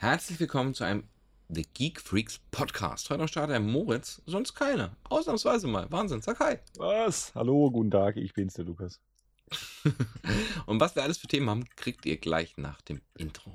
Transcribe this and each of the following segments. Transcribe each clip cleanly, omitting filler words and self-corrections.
Herzlich willkommen zu einem The Geek Freaks Podcast. Heute am Start der Moritz, sonst keiner. Ausnahmsweise mal. Wahnsinn, sag hi. Was? Hallo, guten Tag, ich bin's, der Lukas. Und was wir alles für Themen haben, kriegt ihr gleich nach dem Intro.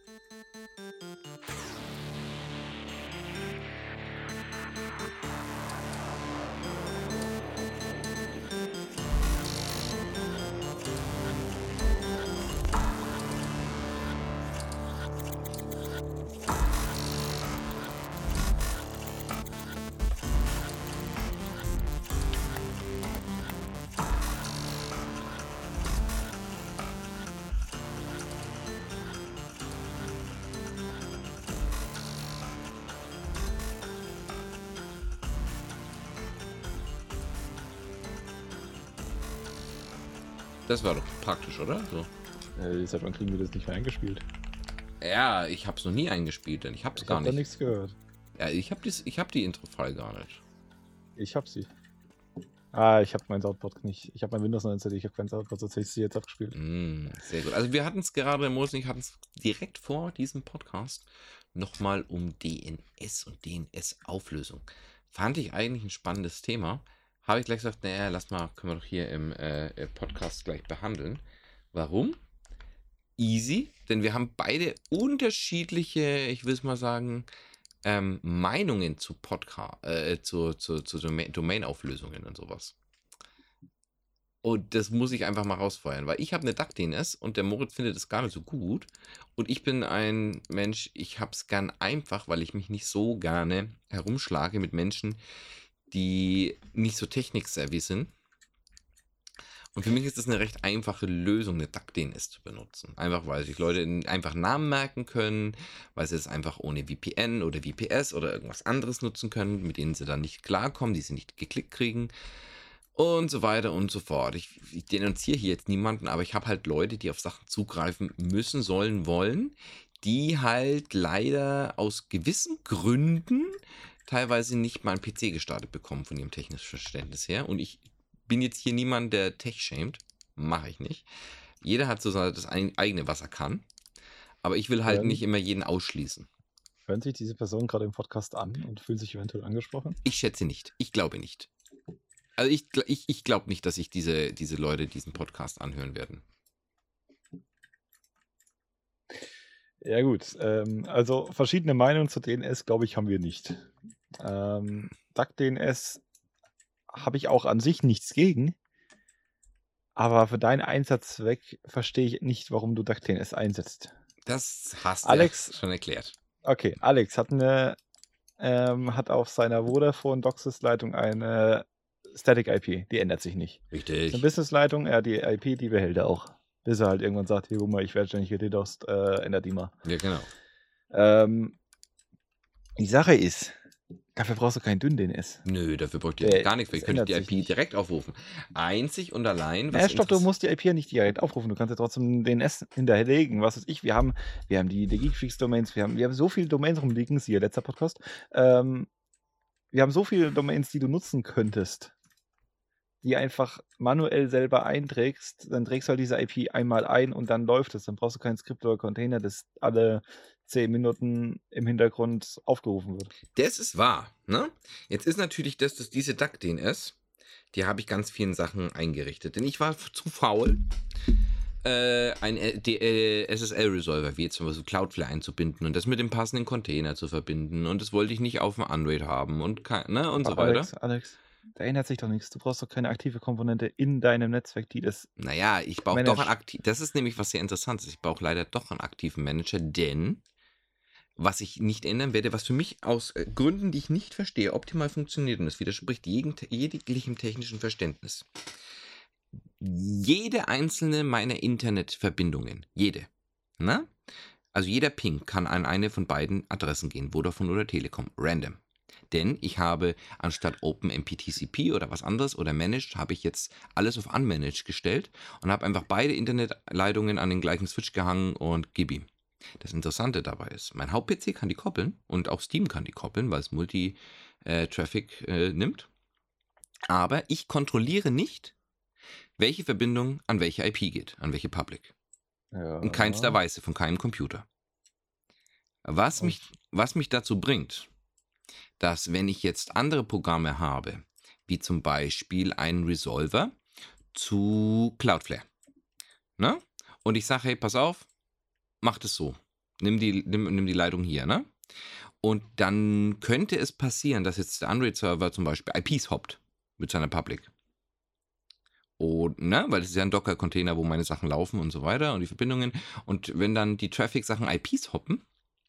Das war doch praktisch, oder? So. Seit wann kriegen wir das nicht mehr eingespielt? Ja, ich hab's noch nie eingespielt, denn ich hab's gar Ich hab da nicht. nichts gehört. Ja, ich hab die Intro-File gar nicht. Ich hab sie. Ich hab mein Soundboard nicht. Ich hab mein Windows 9 installiert, ich hab kein Soundboard, sonst hätte ich sie jetzt abgespielt. Sehr gut. Also wir hatten es gerade, Moritz und ich hatten es direkt vor diesem Podcast nochmal um DNS und DNS-Auflösung. Fand ich eigentlich ein spannendes Thema. Habe ich gleich gesagt, naja, können wir doch hier im Podcast gleich behandeln. Warum? Easy, denn wir haben beide unterschiedliche, ich will es mal sagen, Meinungen zu Domain-Auflösungen und sowas. Und das muss ich einfach mal rausfeuern, weil ich habe eine DuckDNS und der Moritz findet es gar nicht so gut. Und ich bin ein Mensch, ich habe es gern einfach, weil ich mich nicht so gerne herumschlage mit Menschen, die nicht so techniksavvy sind. Und für mich ist das eine recht einfache Lösung, eine DuckDNS zu benutzen. Einfach, weil sich Leute einfach Namen merken können, weil sie es einfach ohne VPN oder VPS oder irgendwas anderes nutzen können, mit denen sie dann nicht klarkommen, die sie nicht geklickt kriegen. Und so weiter und so fort. Ich denunziere hier jetzt niemanden, aber ich habe halt Leute, die auf Sachen zugreifen müssen, sollen, wollen, die halt leider aus gewissen Gründen teilweise nicht mal einen PC gestartet bekommen von ihrem technischen Verständnis her. Und ich bin jetzt hier niemand, der Tech shamed. Mache ich nicht. Jeder hat so das eigene, was er kann. Aber ich will halt nicht immer jeden ausschließen. Hören sich diese Personen gerade im Podcast an und fühlen sich eventuell angesprochen? Ich schätze nicht. Ich glaube nicht. Also ich glaube nicht, dass sich diese Leute diesen Podcast anhören werden. Ja gut, also verschiedene Meinungen zu DNS, glaube ich, haben wir nicht. DuckDNS habe ich auch an sich nichts gegen, aber für deinen Einsatzzweck verstehe ich nicht, warum du DuckDNS einsetzt. Das hast du Alex schon erklärt. Okay, Alex hat auf seiner Vodafone DOCSIS-Leitung eine Static IP, die ändert sich nicht. Richtig. Eine Business-Leitung, die IP, die behält er auch. Bis er halt irgendwann sagt, hier, guck mal, ich werde ständig gedDOSt, ändert die mal. Ja, genau. Die Sache ist, dafür brauchst du keinen DNS. Nö, dafür bräuchte ich gar nichts, weil ich könnte die IP nicht. direkt aufrufen. Einzig und allein, was stopp, du musst die IP ja nicht direkt aufrufen, du kannst ja trotzdem DNS hinterlegen, was weiß ich, wir haben die Geekfreaks-Domains, wir haben so viele Domains rumliegen, siehe letzter Podcast, wir haben so viele Domains, die du nutzen könntest, die einfach manuell selber einträgst, dann trägst du halt diese IP einmal ein und dann läuft es. Dann brauchst du kein Skript oder Container, das alle 10 Minuten im Hintergrund aufgerufen wird. Das ist wahr, ne? Jetzt ist natürlich dass diese DuckDNS, die habe ich ganz vielen Sachen eingerichtet. Denn ich war zu faul, ein SSL-Resolver, wie jetzt zum Beispiel Cloudflare einzubinden und das mit dem passenden Container zu verbinden. Und das wollte ich nicht auf dem Android haben und so weiter. Alex, da ändert sich doch nichts. Du brauchst doch keine aktive Komponente in deinem Netzwerk, die das. Naja, ich brauche doch einen aktiven. Das ist nämlich was sehr Interessantes. Ich brauche leider doch einen aktiven Manager, denn was ich nicht ändern werde, was für mich aus Gründen, die ich nicht verstehe, optimal funktioniert und das widerspricht jeglichem technischen Verständnis. Jede einzelne meiner Internetverbindungen, also jeder Ping kann an eine von beiden Adressen gehen, Vodafone oder Telekom, random. Denn ich habe anstatt OpenMPTCP oder was anderes oder Managed, habe ich jetzt alles auf Unmanaged gestellt und habe einfach beide Internetleitungen an den gleichen Switch gehangen und gib ihm. Das Interessante dabei ist, mein Haupt-PC kann die koppeln und auch Steam kann die koppeln, weil es Multi-Traffic nimmt. Aber ich kontrolliere nicht, welche Verbindung an welche IP geht, an welche Public. Ja. In keinster Weise, von keinem Computer. Was mich dazu bringt, dass wenn ich jetzt andere Programme habe, wie zum Beispiel einen Resolver zu Cloudflare, ne? Und ich sage, hey, pass auf, mach das so. Nimm die Leitung hier, ne? Und dann könnte es passieren, dass jetzt der Android-Server zum Beispiel IPs hoppt mit seiner Public. Und, ne, weil das ist ja ein Docker-Container, wo meine Sachen laufen und so weiter und die Verbindungen. Und wenn dann die Traffic-Sachen IPs hoppen,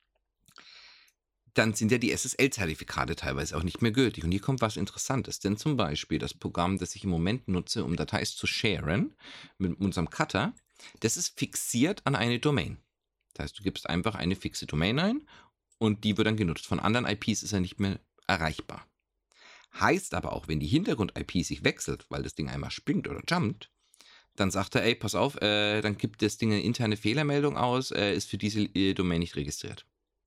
dann sind ja die SSL-Zertifikate teilweise auch nicht mehr gültig. Und hier kommt was Interessantes. Denn zum Beispiel das Programm, das ich im Moment nutze, um Dateien zu sharen, mit unserem Cutter, das ist fixiert an eine Domain. Das heißt, du gibst einfach eine fixe Domain ein und die wird dann genutzt. Von anderen IPs ist er nicht mehr erreichbar. Heißt aber auch, wenn die Hintergrund-IP sich wechselt, weil das Ding einmal springt oder jumpt, dann sagt er, ey, pass auf, dann gibt das Ding eine interne Fehlermeldung aus, ist für diese Domain nicht registriert.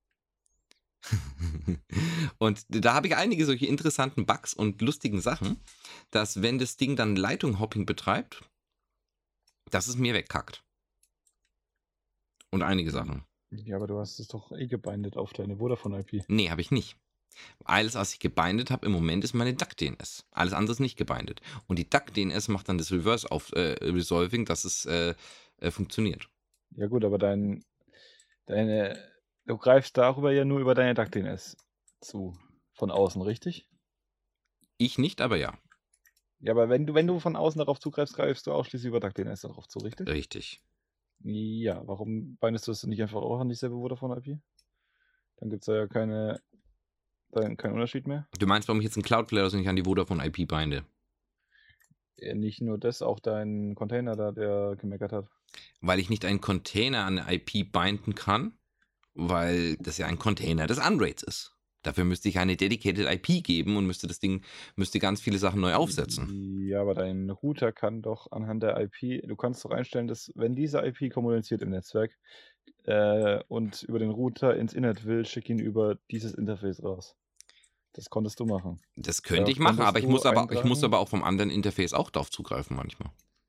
Und da habe ich einige solche interessanten Bugs und lustigen Sachen, dass wenn das Ding dann Leitung-Hopping betreibt, dass es mir wegkackt. Und einige Sachen. Ja, aber du hast es doch gebindet auf deine Vodafone-IP. Nee, habe ich nicht. Alles, was ich gebindet habe im Moment, ist meine DuckDNS. Alles andere ist nicht gebindet. Und die DuckDNS macht dann das Resolving, dass es funktioniert. Ja gut, aber du greifst darüber ja nur über deine DuckDNS zu, von außen, richtig? Ich nicht, aber ja. Ja, aber wenn du von außen darauf zugreifst, greifst du ausschließlich über DuckDNS darauf zu, richtig? Richtig. Ja, warum bindest du das nicht einfach auch an dieselbe Vodafone-IP? Dann gibt es ja keinen Unterschied mehr. Du meinst, warum ich jetzt einen Cloudflare nicht an die Vodafone-IP binde? Nicht nur das, auch dein Container da, der gemeckert hat. Weil ich nicht einen Container an eine IP binden kann, weil das ja ein Container des Unrates ist. Dafür müsste ich eine dedicated IP geben und müsste ganz viele Sachen neu aufsetzen. Ja, aber dein Router kann doch anhand der IP, du kannst doch einstellen, dass wenn diese IP kommuniziert im Netzwerk und über den Router ins Internet will, schick ihn über dieses Interface raus. Das konntest du machen. Das könnte ich machen, aber ich muss aber auch vom anderen Interface auch darauf zugreifen manchmal.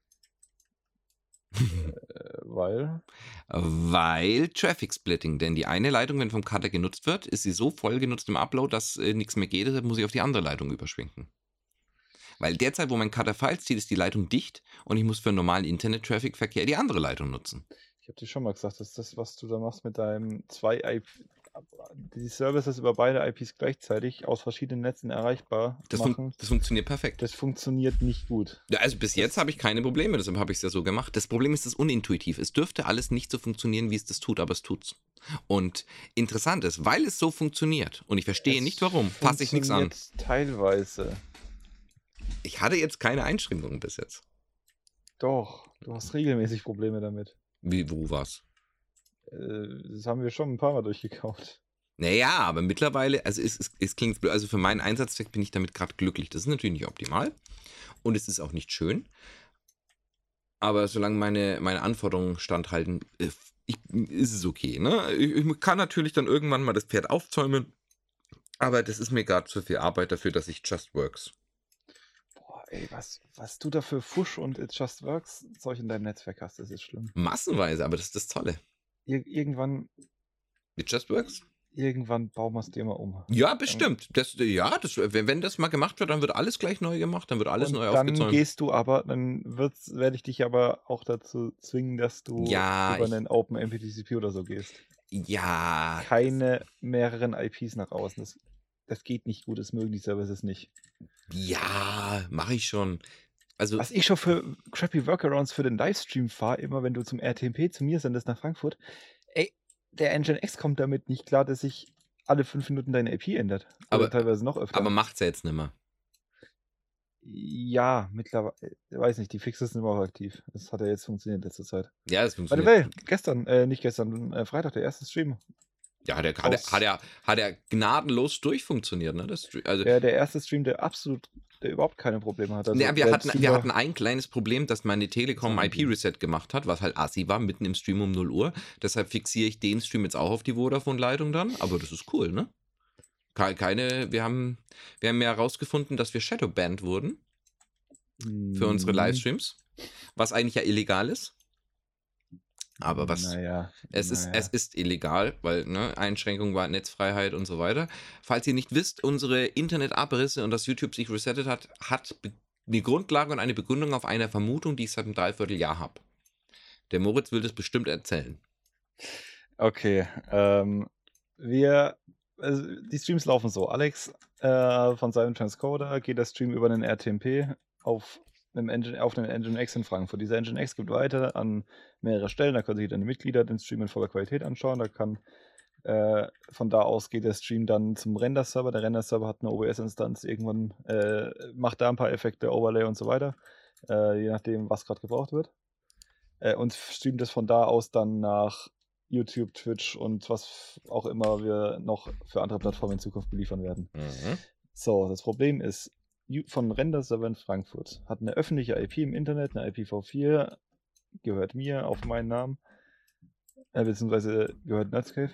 Weil? Weil Traffic Splitting, denn die eine Leitung, wenn vom Cutter genutzt wird, ist sie so voll genutzt im Upload, dass nichts mehr geht, deshalb muss ich auf die andere Leitung überschwenken. Weil derzeit, wo mein Cutter Files zieht, ist die Leitung dicht und ich muss für normalen Internet-Traffic-Verkehr die andere Leitung nutzen. Ich habe dir schon mal gesagt, dass das, was du da machst mit deinem die Services über beide IPs gleichzeitig aus verschiedenen Netzen erreichbar machen. Das funktioniert perfekt. Das funktioniert nicht gut. Ja, also bis jetzt habe ich keine Probleme, deshalb habe ich es ja so gemacht. Das Problem ist, es unintuitiv. Es dürfte alles nicht so funktionieren, wie es das tut, aber es tut's. Und interessant ist, weil es so funktioniert und ich verstehe nicht warum, fasse ich nichts an. Teilweise. Ich hatte jetzt keine Einschränkungen bis jetzt. Doch, du hast regelmäßig Probleme damit. Wo war's? Das haben wir schon ein paar Mal durchgekaut. Naja, aber mittlerweile, also es klingt blöd, also für meinen Einsatzzweck bin ich damit gerade glücklich. Das ist natürlich nicht optimal und es ist auch nicht schön. Aber solange meine Anforderungen standhalten, ist es okay. Ne? Ich kann natürlich dann irgendwann mal das Pferd aufzäumen, aber das ist mir gerade zu viel Arbeit dafür, dass ich Just Works. Boah, ey, was du da für Fusch und It Just Works Zeug in deinem Netzwerk hast, das ist schlimm. Massenweise, aber das ist das Tolle. Irgendwann It Just Works? Irgendwann bauen wir es dir mal um. Ja, bestimmt. Wenn das mal gemacht wird, dann wird alles gleich neu gemacht, dann wird alles neu aufgezäumt. Dann gehst du aber, dann werde ich dich aber auch dazu zwingen, dass du über einen OpenMPTCP oder so gehst. Ja. Keine mehreren IPs nach außen. Das geht nicht gut, das mögen die Services nicht. Ja, mache ich schon. Also, was ich schon für crappy Workarounds für den Livestream fahre, immer wenn du zum RTMP zu mir sendest nach Frankfurt, ey, der Nginx kommt damit nicht klar, dass sich alle 5 Minuten deine IP ändert. Oder teilweise noch öfter. Aber macht's ja jetzt nicht mehr. Ja, mittlerweile, weiß nicht, die Fixes sind immer auch aktiv. Das hat ja jetzt funktioniert in letzter Zeit. Ja, das funktioniert. Freitag, der erste Stream. Ja, hat er gnadenlos durchfunktioniert, ne? Der erste Stream, der überhaupt keine Probleme hat. Also wir hatten ein kleines Problem, dass meine Telekom IP-Reset gemacht hat, was halt assi war, mitten im Stream um 0 Uhr. Deshalb fixiere ich den Stream jetzt auch auf die Vodafone-Leitung dann. Aber das ist cool, ne? Wir haben ja herausgefunden, dass wir Shadowbanned wurden für unsere Livestreams, was eigentlich ja illegal ist. Aber Naja, es ist illegal, weil Einschränkung war Netzfreiheit und so weiter. Falls ihr nicht wisst, unsere Internetabrisse und dass YouTube sich resettet hat eine Grundlage und eine Begründung auf einer Vermutung, die ich seit einem Dreivierteljahr habe. Der Moritz will das bestimmt erzählen. Okay, die Streams laufen so. Alex von seinem Transcoder geht der Stream über einen RTMP auf einem Nginx in Frankfurt. Dieser Nginx gibt weiter an mehrere Stellen, da können sich dann die Mitglieder den Stream in voller Qualität anschauen. Von da aus geht der Stream dann zum Render-Server. Der Render-Server hat eine OBS-Instanz, irgendwann macht da ein paar Effekte, Overlay und so weiter, je nachdem, was gerade gebraucht wird. Und streamt es von da aus dann nach YouTube, Twitch und was auch immer wir noch für andere Plattformen in Zukunft beliefern werden. So, das Problem ist, von Render-Server in Frankfurt hat eine öffentliche IP im Internet, eine IPv4, gehört mir auf meinen Namen, beziehungsweise gehört Netscape.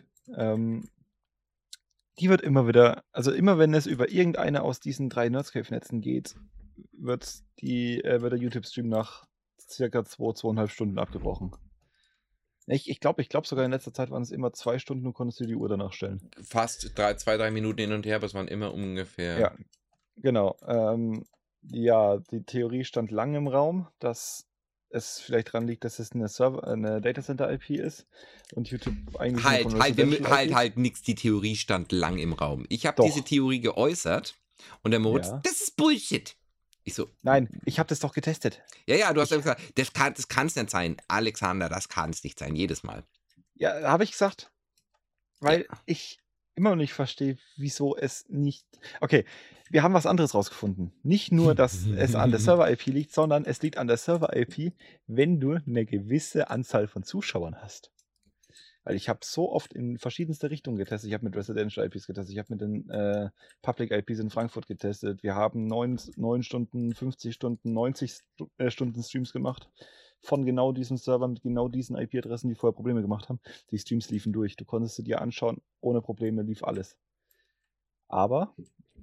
Die wird immer wieder, also immer wenn es über irgendeine aus diesen 3 Netscape-Netzen geht, wird der YouTube-Stream nach circa 2,5 Stunden abgebrochen. Ich glaube sogar in letzter Zeit waren es immer 2 Stunden und konntest du die Uhr danach stellen. Fast 2-3 Minuten hin und her, aber es waren immer ungefähr. Ja, genau. Ja, die Theorie stand lange im Raum, dass es vielleicht daran liegt, dass es eine Datacenter-IP ist und YouTube eigentlich Halt, nix, die Theorie stand lang im Raum. Ich habe diese Theorie geäußert und der Moritz, das ist Bullshit. Ich so, nein, ich habe das doch getestet. Ja, du hast ja gesagt, das kann es nicht sein. Alexander, das kann es nicht sein, jedes Mal. Ja, habe ich gesagt. Weil ich immer noch nicht verstehe, wieso es nicht... Okay, wir haben was anderes rausgefunden. Nicht nur, dass es an der Server-IP liegt, sondern es liegt an der Server-IP, wenn du eine gewisse Anzahl von Zuschauern hast. Weil ich habe so oft in verschiedenste Richtungen getestet. Ich habe mit Residential IPs getestet, ich habe mit den Public IPs in Frankfurt getestet. Wir haben 9 Stunden, 50 Stunden, 90 Stunden Streams gemacht. Von genau diesem Server mit genau diesen IP-Adressen, die vorher Probleme gemacht haben. Die Streams liefen durch. Du konntest sie dir anschauen, ohne Probleme lief alles. Aber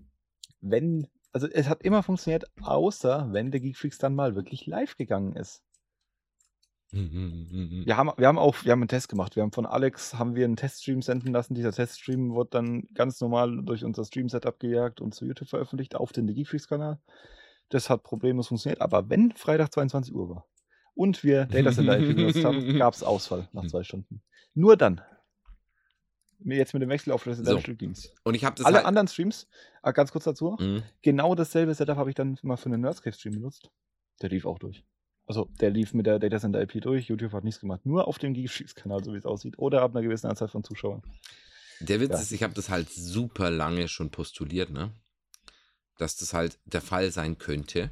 es hat immer funktioniert, außer wenn der Geekfreaks dann mal wirklich live gegangen ist. Wir haben einen Test gemacht. Von Alex haben wir einen Teststream senden lassen. Dieser Teststream wurde dann ganz normal durch unser Stream-Setup gejagt und zu YouTube veröffentlicht auf den Geekfreaks-Kanal. Das hat problemlos funktioniert. Aber wenn Freitag 22 Uhr war und wir Datacenter IP benutzt haben, gab es Ausfall nach 2 Stunden. Nur dann. Jetzt mit dem Wechsel auf Residential Dienst. Und ich habe das alle anderen Streams, ganz kurz dazu, genau dasselbe Setup habe ich dann mal für einen Nerdscape-Stream benutzt. Der lief auch durch. Also, der lief mit der Datacenter IP durch. YouTube hat nichts gemacht. Nur auf dem Geekfreaks-Kanal, so wie es aussieht. Oder ab einer gewissen Anzahl von Zuschauern. Der Witz ist, ich habe das halt super lange schon postuliert, ne? Dass das halt der Fall sein könnte.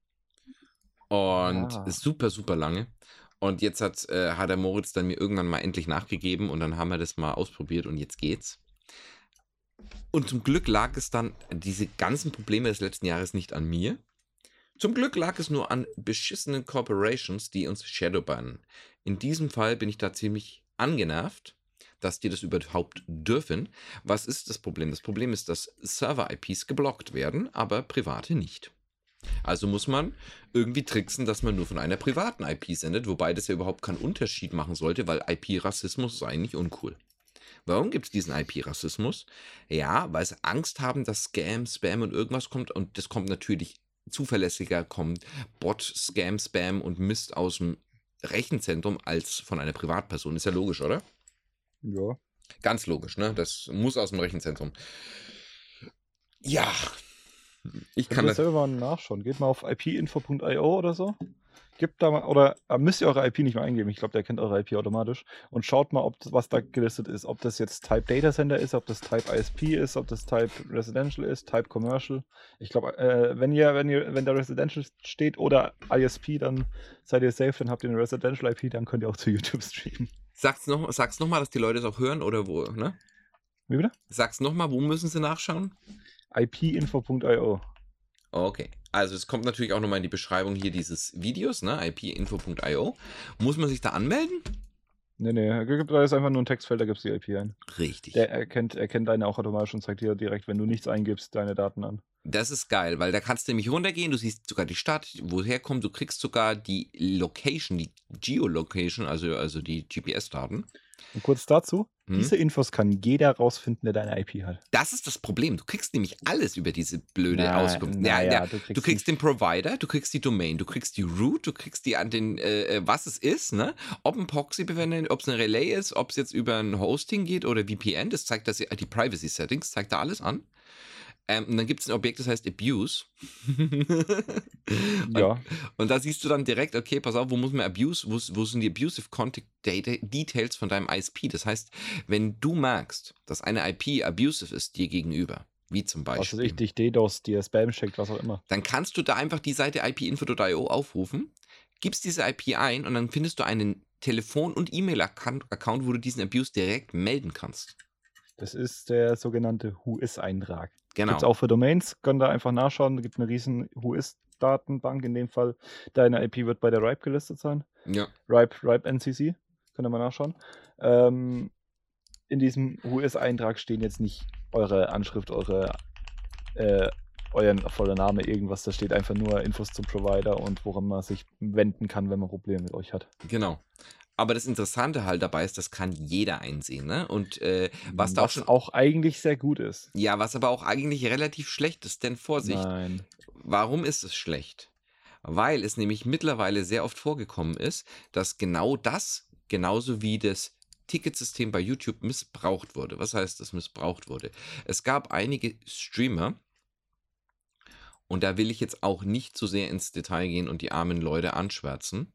Und super, super lange. Und jetzt hat der Moritz dann mir irgendwann mal endlich nachgegeben und dann haben wir das mal ausprobiert und jetzt geht's. Und zum Glück lag es dann, diese ganzen Probleme des letzten Jahres nicht an mir. Zum Glück lag es nur an beschissenen Corporations, die uns shadowbannen. In diesem Fall bin ich da ziemlich angenervt, dass die das überhaupt dürfen. Was ist das Problem? Das Problem ist, dass Server-IPs geblockt werden, aber private nicht. Also muss man irgendwie tricksen, dass man nur von einer privaten IP sendet, wobei das ja überhaupt keinen Unterschied machen sollte, weil IP-Rassismus ist eigentlich uncool. Warum gibt es diesen IP-Rassismus? Ja, weil sie Angst haben, dass Scam, Spam und irgendwas kommt und das kommt natürlich zuverlässiger, kommt Bot, Scam, Spam und Mist aus dem Rechenzentrum als von einer Privatperson. Ist ja logisch, oder? Ja. Ganz logisch, ne? Das muss aus dem Rechenzentrum. Ja. Ich kann das selber mal nachschauen. Geht mal auf ipinfo.io oder so. Gebt da mal, oder müsst ihr eure IP nicht mehr eingeben. Ich glaube, der kennt eure IP automatisch. Und schaut mal, was da gelistet ist. Ob das jetzt Type Data Center ist, ob das Type ISP ist, ob das Type Residential ist, Type Commercial. Ich glaube, wenn da Residential steht oder ISP, dann seid ihr safe, dann habt ihr eine Residential IP, dann könnt ihr auch zu YouTube streamen. Sag's noch mal, dass die Leute es auch hören oder wo, ne? Wie bitte? Sag's nochmal, wo müssen sie nachschauen? ipinfo.io. Okay, also es kommt natürlich auch nochmal in die Beschreibung hier dieses Videos, ne? ipinfo.io. Muss man sich da anmelden? Nee, da ist einfach nur ein Textfeld, da gibst du die IP ein. Richtig. Der erkennt deine auch automatisch und zeigt dir direkt, wenn du nichts eingibst, deine Daten an. Das ist geil, weil da kannst du nämlich runtergehen, du siehst sogar die Stadt, woher kommt, du kriegst sogar die Location, die Geolocation, also die GPS-Daten. Und kurz dazu, Hm? diese Infos kann jeder rausfinden, der deine IP hat. Das ist das Problem. Du kriegst nämlich alles über diese blöde Auskunft. Du kriegst den Provider, du kriegst die Domain, du kriegst die Route, du kriegst die an den, was es ist, ne? Ob ein Proxy, ob es ein Relay ist, ob es jetzt über ein Hosting geht oder VPN, das zeigt das, die Privacy Settings, zeigt da alles an. Und dann gibt es ein Objekt, das heißt Abuse. Ja. Und da siehst du dann direkt, okay, pass auf, wo muss man Abuse, wo sind die Abusive Contact Details von deinem ISP? Das heißt, wenn du merkst, dass eine IP abusive ist dir gegenüber, wie zum Beispiel, Was weiß ich, dich DDoS, dir Spam schickt, was auch immer. dann kannst du da einfach die Seite ipinfo.io aufrufen, gibst diese IP ein und dann findest du einen Telefon- und E-Mail-Account, wo du diesen Abuse direkt melden kannst. Das ist der sogenannte Whois-Eintrag. Genau. Gibt es auch für Domains, könnt ihr einfach nachschauen. Es gibt eine riesen Whois-Datenbank. In dem Fall, deine IP wird bei der RIPE gelistet sein. Ja. RIPE NCC, könnt ihr mal nachschauen. In diesem Whois-Eintrag stehen jetzt nicht eure Anschrift, euer voller Name, irgendwas. Da steht einfach nur Infos zum Provider und woran man sich wenden kann, wenn man Probleme mit euch hat. Genau. Aber das Interessante halt dabei ist, das kann jeder einsehen, ne? Und was auch eigentlich sehr gut ist. Ja, was aber auch eigentlich relativ schlecht ist, denn Vorsicht. Nein. Warum ist es schlecht? Weil es nämlich mittlerweile sehr oft vorgekommen ist, dass genau das, genauso wie das Ticketsystem bei YouTube missbraucht wurde. Was heißt, das missbraucht wurde? Es gab einige Streamer, und da will ich jetzt auch nicht so sehr ins Detail gehen und die armen Leute anschwärzen.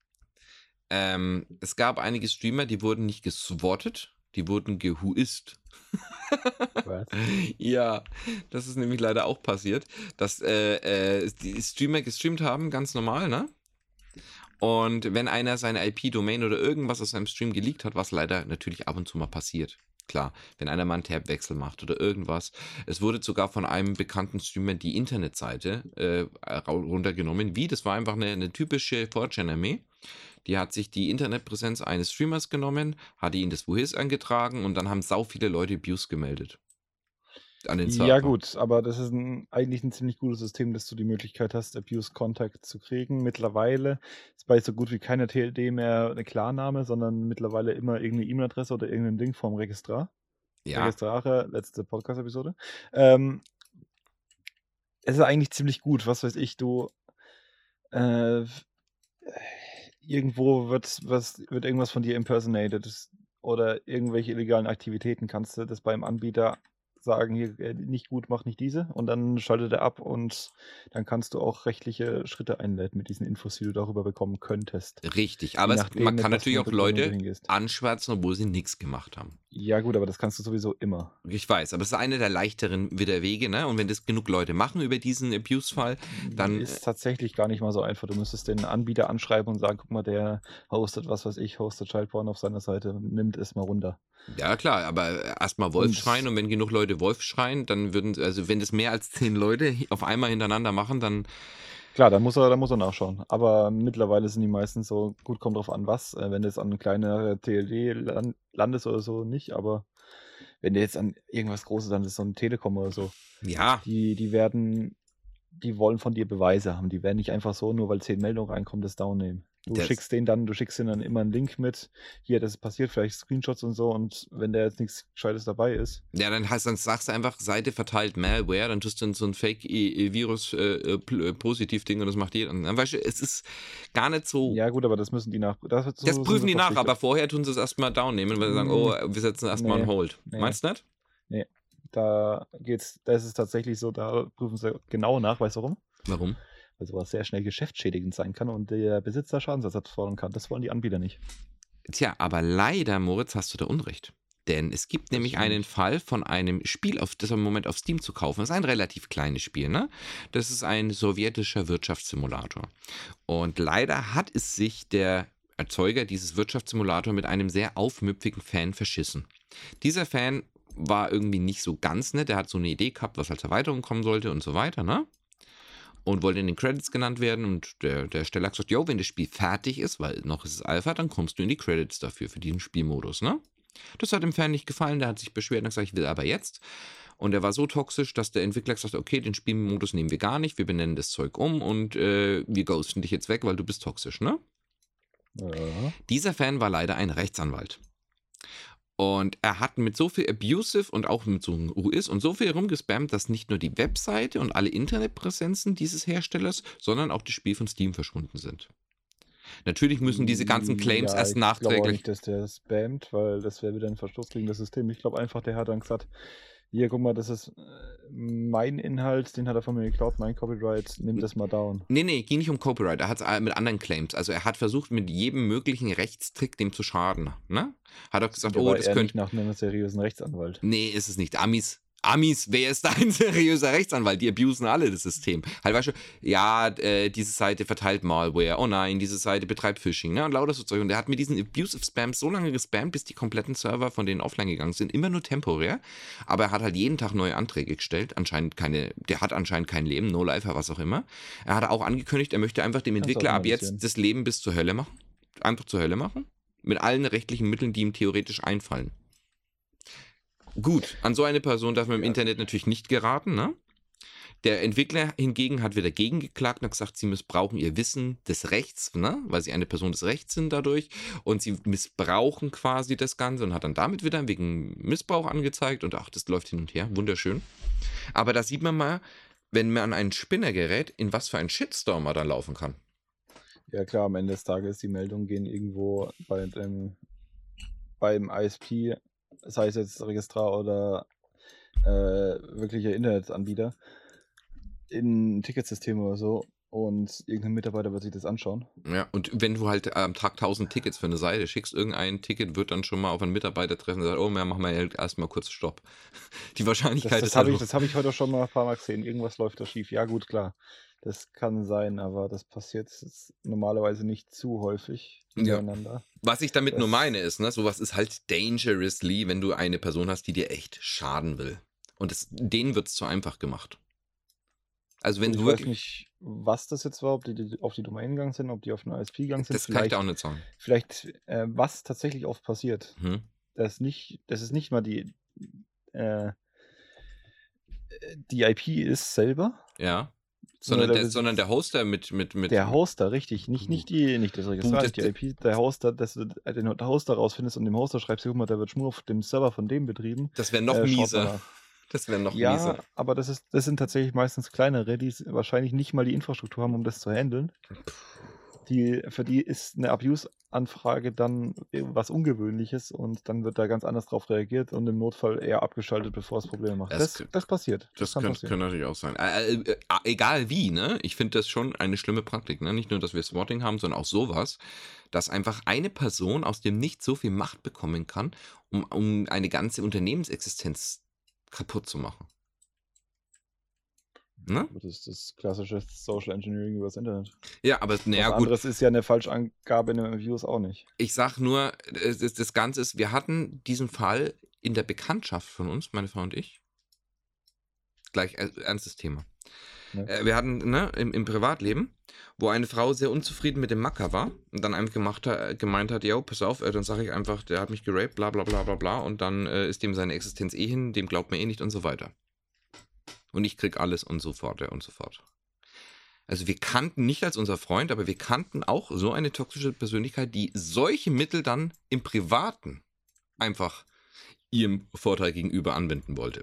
Es gab einige Streamer, die wurden nicht geswattet, die wurden gehuist. Was? Ja, das ist nämlich leider auch passiert, dass die Streamer gestreamt haben, ganz normal, ne? Und wenn einer seine IP-Domain oder irgendwas aus seinem Stream geleakt hat, was leider natürlich ab und zu mal passiert. Klar, wenn einer mal einen Tab-Wechsel macht oder irgendwas. Es wurde sogar von einem bekannten Streamer die Internetseite runtergenommen. Wie? Das war einfach eine typische 4chan-Armee. Die hat sich die Internetpräsenz eines Streamers genommen, hat ihn das Whois eingetragen und dann haben sau viele Leute Abuse gemeldet. An den Server. Ja gut, aber das ist eigentlich ein ziemlich gutes System, dass du die Möglichkeit hast, Abuse-Contact zu kriegen. Mittlerweile ist bei so gut wie keiner TLD mehr eine Klarname, sondern mittlerweile immer irgendeine E-Mail-Adresse oder irgendein Ding vom Registrar. Ja. Registrare, letzte Podcast-Episode. Es ist eigentlich ziemlich gut, was weiß ich, du irgendwo wird irgendwas von dir impersonated oder irgendwelche illegalen Aktivitäten, kannst du das beim Anbieter sagen, hier nicht gut, mach nicht diese, und dann schaltet er ab und dann kannst du auch rechtliche Schritte einleiten mit diesen Infos, die du darüber bekommen könntest. Richtig, aber man kann natürlich auch Leute anschwärzen, obwohl sie nichts gemacht haben. Ja gut, aber das kannst du sowieso immer. Ich weiß, aber es ist einer der leichteren Wege, ne? Und wenn das genug Leute machen über diesen Abuse-Fall, dann ist tatsächlich gar nicht mal so einfach. Du müsstest den Anbieter anschreiben und sagen, guck mal, der hostet, was weiß ich, hostet Childporn auf seiner Seite und nimmt es mal runter. Ja klar, aber erstmal Wolf schreien, und wenn genug Leute Wolf schreien, dann wenn das mehr als 10 Leute auf einmal hintereinander machen, dann... Klar, da muss er nachschauen. Aber mittlerweile sind die meisten so, gut, kommt drauf an was. Wenn du jetzt an eine kleine TLD landest oder so, nicht, aber wenn du jetzt an irgendwas Großes landest, so ein Telekom oder so, ja, die wollen von dir Beweise haben. Die werden nicht einfach so, nur weil 10 Meldungen reinkommen, das down nehmen. Du schickst denen dann immer einen Link mit, hier, das ist passiert, vielleicht Screenshots und so, und wenn da jetzt nichts Gescheites dabei ist. Ja, dann sagst du einfach, Seite verteilt Malware, dann tust du so ein Fake-Virus-Positiv-Ding und das macht jeder. Dann weißt du, es ist gar nicht so... Ja gut, aber das müssen die das prüfen die nach, aber vorher tun sie es erstmal down nehmen, weil sie sagen, oh, wir setzen erstmal on hold. Meinst du nicht? Nee, da ist es tatsächlich so, da prüfen sie genau nach, weißt du warum? Warum? Weil sowas sehr schnell geschäftsschädigend sein kann und der Besitzer Schadensersatz fordern kann. Das wollen die Anbieter nicht. Tja, aber leider, Moritz, hast du da Unrecht. Denn es gibt nämlich einen Fall von einem Spiel, das im Moment auf Steam zu kaufen ist. Ein relativ kleines Spiel, ne? Das ist ein sowjetischer Wirtschaftssimulator. Und leider hat es sich der Erzeuger dieses Wirtschaftssimulator mit einem sehr aufmüpfigen Fan verschissen. Dieser Fan war irgendwie nicht so ganz nett. Der hat so eine Idee gehabt, was als Erweiterung kommen sollte und so weiter, ne? und wollte in den Credits genannt werden und der Ersteller hat gesagt, jo, wenn das Spiel fertig ist, weil noch ist es Alpha, dann kommst du in die Credits dafür, für diesen Spielmodus, ne? Das hat dem Fan nicht gefallen, der hat sich beschwert und gesagt, ich will aber jetzt. Und er war so toxisch, dass der Entwickler gesagt hat, okay, den Spielmodus nehmen wir gar nicht, wir benennen das Zeug um und wir ghosten dich jetzt weg, weil du bist toxisch, ne? Ja. Dieser Fan war leider ein Rechtsanwalt. Und er hat mit so viel Abusive und auch mit so einem US und so viel rumgespammt, dass nicht nur die Webseite und alle Internetpräsenzen dieses Herstellers, sondern auch das Spiel von Steam verschwunden sind. Natürlich müssen diese ganzen Claims Ja, erst ich glaube auch nachträglich. nicht, dass der spammt, weil das wäre wieder ein Verstoß gegen das System. Ich glaube einfach, der hat dann gesagt, hier, guck mal, das ist mein Inhalt, den hat er von mir geklaut, mein Copyright, nimm das mal down. Nee, ging nicht um Copyright, er hat es mit anderen Claims. Also er hat versucht, mit jedem möglichen Rechtstrick dem zu schaden. Ne? Hat auch gesagt, Der oh, war das eher könnte. nicht nach einem seriösen Rechtsanwalt. Nee, ist es nicht. Amis, wer ist da ein seriöser Rechtsanwalt? Die abusen alle das System. Halt, weißt du, ja, diese Seite verteilt Malware, oh nein, diese Seite betreibt Phishing, ne? Und lauter so Zeug. Und der hat mit diesen abusive Spams so lange gespammt, bis die kompletten Server von denen offline gegangen sind. Immer nur temporär. Aber er hat halt jeden Tag neue Anträge gestellt. Der hat anscheinend kein Leben, No-Lifer, was auch immer. Er hat auch angekündigt, er möchte einfach dem Kannst du Entwickler auch ab jetzt analysieren. das Leben bis zur Hölle machen. Einfach zur Hölle machen. Mit allen rechtlichen Mitteln, die ihm theoretisch einfallen. Gut, an so eine Person darf man im Internet natürlich nicht geraten, ne? Der Entwickler hingegen hat wieder gegengeklagt und hat gesagt, sie missbrauchen ihr Wissen des Rechts, ne? Weil sie eine Person des Rechts sind dadurch und sie missbrauchen quasi das Ganze und hat dann damit wieder wegen Missbrauch angezeigt und ach, das läuft hin und her, wunderschön. Aber da sieht man mal, wenn man an einen Spinner gerät, in was für ein Shitstorm er da laufen kann. Ja klar, am Ende des Tages, die Meldungen gehen irgendwo beim ISP, sei es jetzt Registrar oder wirklicher Internetanbieter, in ein Ticketsystem oder so und irgendein Mitarbeiter wird sich das anschauen. Ja, und wenn du halt am Tag 1000 Tickets für eine Seite schickst, irgendein Ticket wird dann schon mal auf einen Mitarbeiter treffen und sagt, oh, machen wir halt erstmal kurz Stopp. Die Wahrscheinlichkeit Das ist halt habe hoch. ich, hab ich heute auch schon mal ein paar Mal gesehen. Irgendwas läuft da schief. Ja gut, klar. Das kann sein, aber das passiert jetzt normalerweise nicht zu häufig Ja. hintereinander. Was ich damit nur Das- meine ist, ne, sowas ist halt dangerously, wenn du eine Person hast, die dir echt schaden will. Und denen wird es zu einfach gemacht. Also wenn Ich du weiß wirklich. nicht, was das jetzt war, ob die auf die Domain gegangen sind, ob die auf den ISP gegangen sind. Das kann ich dir auch nicht sagen. Vielleicht was tatsächlich oft passiert. Hm? Das ist nicht mal die IP ist selber. Ja. Sondern Sondern der Hoster mit. Der Hoster, richtig. Nicht das Registrar, nicht die IP. Der Hoster, dass du den Hoster rausfindest und dem Hoster schreibst, guck mal, da wird Schmur auf dem Server von dem betrieben. Das wäre noch Schaut mal mieser. nach. Das wäre noch Ja, mieser. aber das sind tatsächlich meistens kleinere, die wahrscheinlich nicht mal die Infrastruktur haben, um das zu handeln. Für die ist eine Abuse-Anfrage dann was Ungewöhnliches und dann wird da ganz anders drauf reagiert und im Notfall eher abgeschaltet, bevor es Probleme macht. Das passiert. Das kann könnte natürlich auch sein. Egal wie, ne? Ich finde das schon eine schlimme Praktik, ne? Nicht nur, dass wir Swatting haben, sondern auch sowas, dass einfach eine Person aus dem Nichts so viel Macht bekommen kann, um eine ganze Unternehmensexistenz kaputt zu machen. Ne? Das ist das klassische Social Engineering übers Internet. Ja, aber naja, Was gut. anderes ist ja eine Falschangabe in einem Views auch nicht. Ich sag nur, das Ganze ist, wir hatten diesen Fall in der Bekanntschaft von uns, meine Frau und ich. Gleich ernstes Thema. Ja. Wir hatten im Privatleben, wo eine Frau sehr unzufrieden mit dem Macker war und dann einfach gemeint hat, ja, pass auf, dann sage ich einfach, der hat mich geraped, bla bla bla bla bla und dann ist dem seine Existenz eh hin, dem glaubt man eh nicht und so weiter. Und ich krieg alles und so fort, ja, und so fort. Also wir kannten nicht als unser Freund, aber wir kannten auch so eine toxische Persönlichkeit, die solche Mittel dann im Privaten einfach ihrem Vorteil gegenüber anwenden wollte.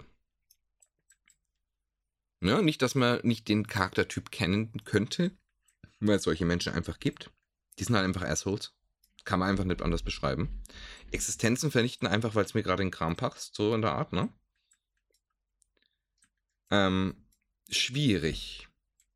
Ja, nicht, dass man nicht den Charaktertyp kennen könnte, weil es solche Menschen einfach gibt. Die sind halt einfach Assholes. Kann man einfach nicht anders beschreiben. Existenzen vernichten einfach, weil es mir gerade in den Kram passt, so in der Art, ne? Schwierig.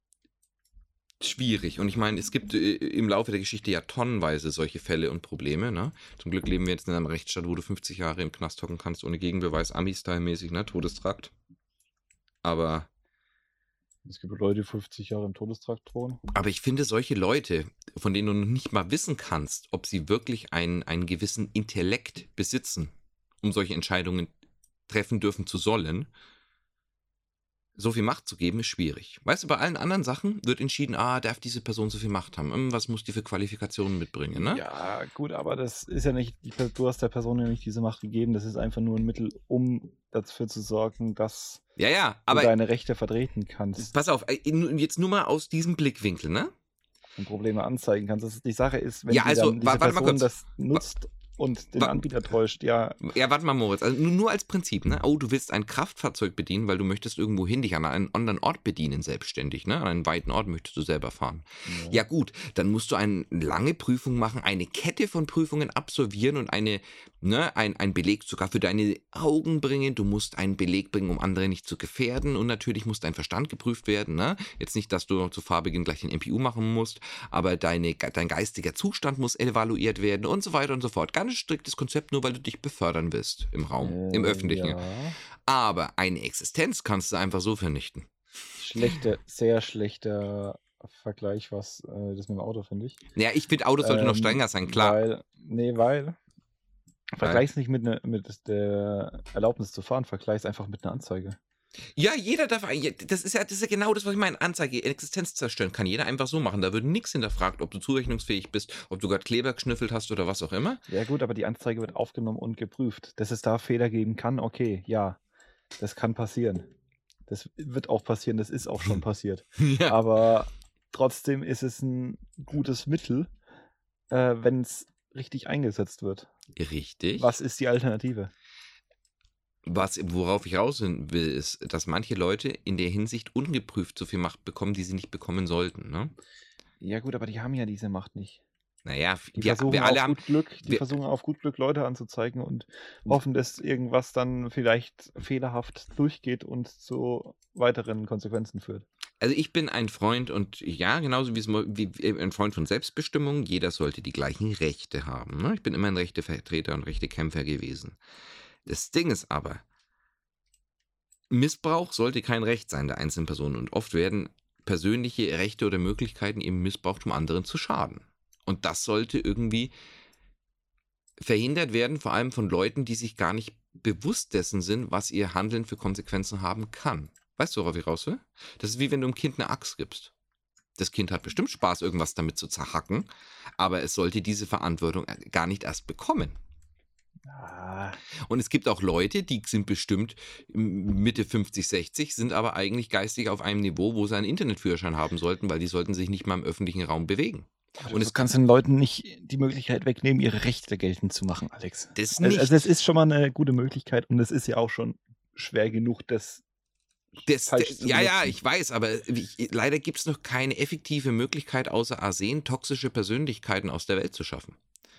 Und ich meine, es gibt im Laufe der Geschichte ja tonnenweise solche Fälle und Probleme, ne? Zum Glück leben wir jetzt in einem Rechtsstaat, wo du 50 Jahre im Knast hocken kannst, ohne Gegenbeweis, Ami-Style-mäßig, ne? Todestrakt. Aber Es gibt Leute, die 50 Jahre im Todestrakt wohnen. Aber ich finde, solche Leute, von denen du noch nicht mal wissen kannst, ob sie wirklich einen gewissen Intellekt besitzen, um solche Entscheidungen treffen dürfen zu sollen, so viel Macht zu geben, ist schwierig. Weißt du, bei allen anderen Sachen wird entschieden, darf diese Person so viel Macht haben? Was muss die für Qualifikationen mitbringen, ne? Ja, gut, aber das ist ja nicht, du hast der Person ja nicht diese Macht gegeben, das ist einfach nur ein Mittel, um dafür zu sorgen, dass Ja, du aber deine Rechte vertreten kannst pass auf, jetzt nur mal aus diesem Blickwinkel, ne? und Probleme anzeigen kannst. Die Sache ist, wenn Ja, also, diese warte mal Person kurz. das nutzt und den wa- Anbieter täuscht, ja, Ja, warte mal, Moritz. Also nur als Prinzip, ne? Oh, du willst ein Kraftfahrzeug bedienen, weil du möchtest irgendwo hin dich an einen anderen Ort bedienen, selbstständig, ne? An einen weiten Ort möchtest du selber fahren. Ja, gut, dann musst du eine lange Prüfung machen, eine Kette von Prüfungen absolvieren und ein Beleg sogar für deine Augen bringen. Du musst einen Beleg bringen, um andere nicht zu gefährden. Und natürlich muss dein Verstand geprüft werden, ne? Jetzt nicht, dass du zu Fahrbeginn gleich den MPU machen musst, aber dein geistiger Zustand muss evaluiert werden und so weiter und so fort. Ganz striktes Konzept, nur weil du dich befördern willst im Raum, im Öffentlichen. ja. Aber eine Existenz kannst du einfach so vernichten. Sehr schlechter Vergleich, was das mit dem Auto, finde ich. Ja, ich finde, Autos sollte noch strenger sein, klar. Weil vergleich's nicht mit der Erlaubnis zu fahren, vergleich's einfach mit einer Anzeige. Ja, jeder darf, das ist ja genau das, was ich meine, Anzeige, Existenz zerstören, kann jeder einfach so machen. Da wird nichts hinterfragt, ob du zurechnungsfähig bist, ob du gerade Kleber geschnüffelt hast oder was auch immer. Ja gut, aber die Anzeige wird aufgenommen und geprüft. Dass es da Fehler geben kann, okay, ja, das kann passieren. Das wird auch passieren, das ist auch schon passiert. Ja. Aber trotzdem ist es ein gutes Mittel, wenn es richtig eingesetzt wird. Richtig. Was ist die Alternative? Worauf ich raus will, ist, dass manche Leute in der Hinsicht ungeprüft so viel Macht bekommen, die sie nicht bekommen sollten, ne? Ja gut, aber die haben ja diese Macht nicht. Naja, Die wir versuchen alle auf haben. gut Glück, wir- versuchen auf gut Glück Leute anzuzeigen und hoffen, dass irgendwas dann vielleicht fehlerhaft durchgeht und zu weiteren Konsequenzen führt. Also ich bin ein Freund und ja, genauso wie ein Freund von Selbstbestimmung, jeder sollte die gleichen Rechte haben. Ne? Ich bin immer ein Rechtevertreter und Rechtekämpfer gewesen. Das Ding ist aber, Missbrauch sollte kein Recht sein der einzelnen Person und oft werden persönliche Rechte oder Möglichkeiten eben missbraucht, um anderen zu schaden. Und das sollte irgendwie verhindert werden, vor allem von Leuten, die sich gar nicht bewusst dessen sind, was ihr Handeln für Konsequenzen haben kann. Weißt du, worauf ich raus will? Das ist wie wenn du einem Kind eine Axt gibst. Das Kind hat bestimmt Spaß, irgendwas damit zu zerhacken, aber es sollte diese Verantwortung gar nicht erst bekommen. Ah, Und es gibt auch Leute, die sind bestimmt Mitte 50, 60, sind aber eigentlich geistig auf einem Niveau, wo sie einen Internetführerschein haben sollten, weil die sollten sich nicht mal im öffentlichen Raum bewegen. und du kannst den Leuten nicht die Möglichkeit wegnehmen, ihre Rechte geltend zu machen, Alex. Das nicht. Also es ist schon mal eine gute Möglichkeit und es ist ja auch schon schwer genug, das falsch zu Ja, benutzen. ich weiß, aber leider gibt es noch keine effektive Möglichkeit, außer Arsen toxische Persönlichkeiten aus der Welt zu schaffen.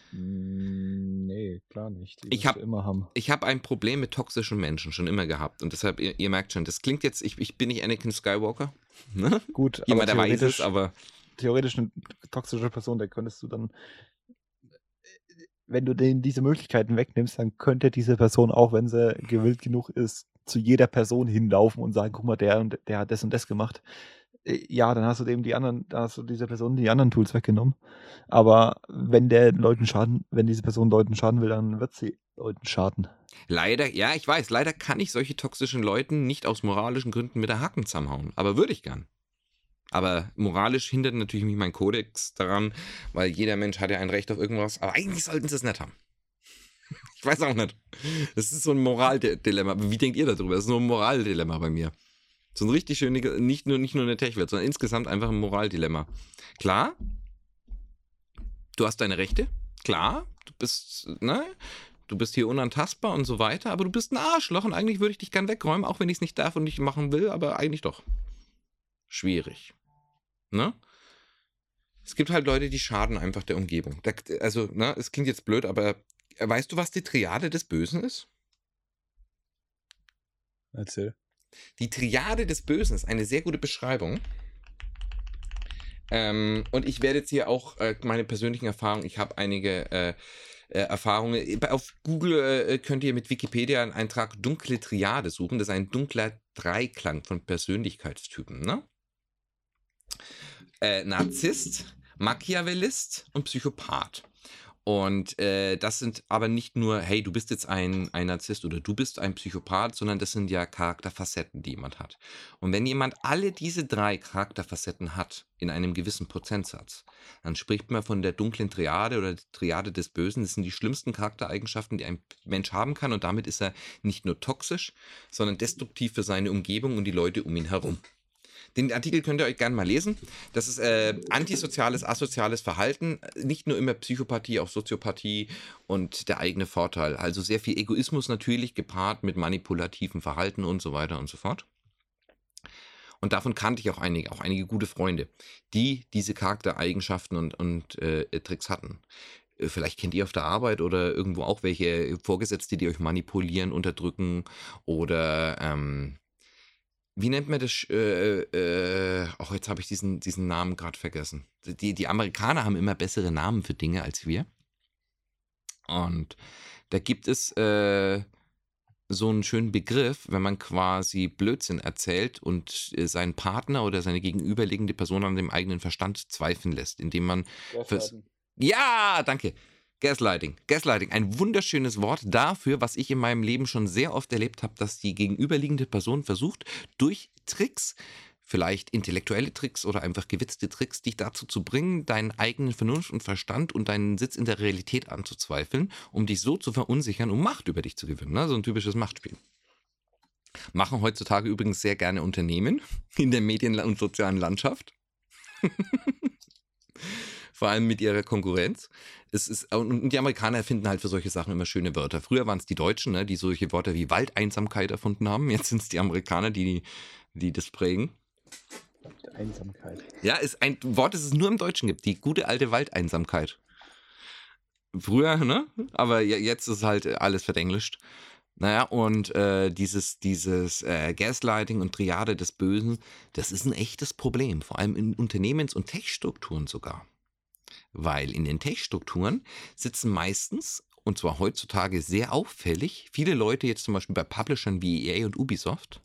Nee, klar nicht. Die Ich wirst hab- du immer haben. Ich habe ein Problem mit toxischen Menschen schon immer gehabt und deshalb, ihr merkt schon, das klingt jetzt, ich bin nicht Anakin Skywalker, ne? Gut, Jemand, aber der weiß es, aber theoretisch eine toxische Person, der könntest du dann, wenn du denen diese Möglichkeiten wegnimmst, dann könnte diese Person, auch wenn sie gewillt genug ist, zu jeder Person hinlaufen und sagen, guck mal, der hat das und das gemacht. Ja, dann hast du dieser Person die anderen Tools weggenommen. Aber wenn diese Person Leuten schaden will, dann wird sie Leuten schaden. leider, ja, ich weiß, leider kann ich solche toxischen Leuten nicht aus moralischen Gründen mit der Hacken zusammenhauen, aber würde ich gern. Aber moralisch hindert natürlich mich mein Kodex daran, weil jeder Mensch hat ja ein Recht auf irgendwas, aber eigentlich sollten sie es nicht haben. Ich weiß auch nicht. Das ist so ein Moraldilemma. Wie denkt ihr darüber? Das ist nur ein Moraldilemma bei mir. So ein richtig schönes, nicht nur eine Tech-Welt, sondern insgesamt einfach ein Moraldilemma. Klar, du hast deine Rechte. Klar, du bist hier unantastbar und so weiter, aber du bist ein Arschloch und eigentlich würde ich dich gern wegräumen, auch wenn ich es nicht darf und nicht machen will, aber eigentlich doch. Schwierig. Ne? Es gibt halt Leute, die schaden einfach der Umgebung. Es klingt jetzt blöd, aber weißt du, was die Triade des Bösen ist? Erzähl. Die Triade des Bösen ist eine sehr gute Beschreibung. Und ich werde jetzt hier auch meine persönlichen Erfahrungen, ich habe einige Erfahrungen. Auf Google könnt ihr mit Wikipedia einen Eintrag dunkle Triade suchen. Das ist ein dunkler Dreiklang von Persönlichkeitstypen. Ne? Narzisst, Machiavellist und Psychopath. Und das sind aber nicht nur, hey, du bist jetzt ein Narzisst oder du bist ein Psychopath, sondern das sind ja Charakterfacetten, die jemand hat. Und wenn jemand alle diese 3 Charakterfacetten hat, in einem gewissen Prozentsatz, dann spricht man von der dunklen Triade oder der Triade des Bösen. Das sind die schlimmsten Charaktereigenschaften, die ein Mensch haben kann. Und damit ist er nicht nur toxisch, sondern destruktiv für seine Umgebung und die Leute um ihn herum. Den Artikel könnt ihr euch gerne mal lesen. Das ist antisoziales, asoziales Verhalten. Nicht nur immer Psychopathie, auch Soziopathie und der eigene Vorteil. Also sehr viel Egoismus natürlich, gepaart mit manipulativem Verhalten und so weiter und so fort. Und davon kannte ich auch einige gute Freunde, die diese Charaktereigenschaften und Tricks hatten. Vielleicht kennt ihr auf der Arbeit oder irgendwo auch welche Vorgesetzte, die euch manipulieren, unterdrücken oder wie nennt man das? Auch jetzt habe ich diesen Namen gerade vergessen. Die Amerikaner haben immer bessere Namen für Dinge als wir. Und da gibt es so einen schönen Begriff, wenn man quasi Blödsinn erzählt und seinen Partner oder seine gegenüberliegende Person an dem eigenen Verstand zweifeln lässt, indem man ja, danke. Gaslighting. Gaslighting, ein wunderschönes Wort dafür, was ich in meinem Leben schon sehr oft erlebt habe, dass die gegenüberliegende Person versucht, durch Tricks, vielleicht intellektuelle Tricks oder einfach gewitzte Tricks, dich dazu zu bringen, deinen eigenen Vernunft und Verstand und deinen Sitz in der Realität anzuzweifeln, um dich so zu verunsichern, um Macht über dich zu gewinnen. Ne? So ein typisches Machtspiel. Machen heutzutage übrigens sehr gerne Unternehmen in der Medien- und sozialen Landschaft. Vor allem mit ihrer Konkurrenz. Und die Amerikaner erfinden halt für solche Sachen immer schöne Wörter. Früher waren es die Deutschen, ne, die solche Wörter wie Waldeinsamkeit erfunden haben. Jetzt sind es die Amerikaner, die das prägen. Waldeinsamkeit. Ja, ist ein Wort, das es nur im Deutschen gibt. Die gute alte Waldeinsamkeit. Früher, ne? Aber jetzt ist halt alles verdenglischt. Naja, und dieses Gaslighting und Triade des Bösen, das ist ein echtes Problem. Vor allem in Unternehmens- und Tech-Strukturen sogar. Weil in den Tech-Strukturen sitzen meistens, und zwar heutzutage sehr auffällig, viele Leute jetzt zum Beispiel bei Publishern wie EA und Ubisoft,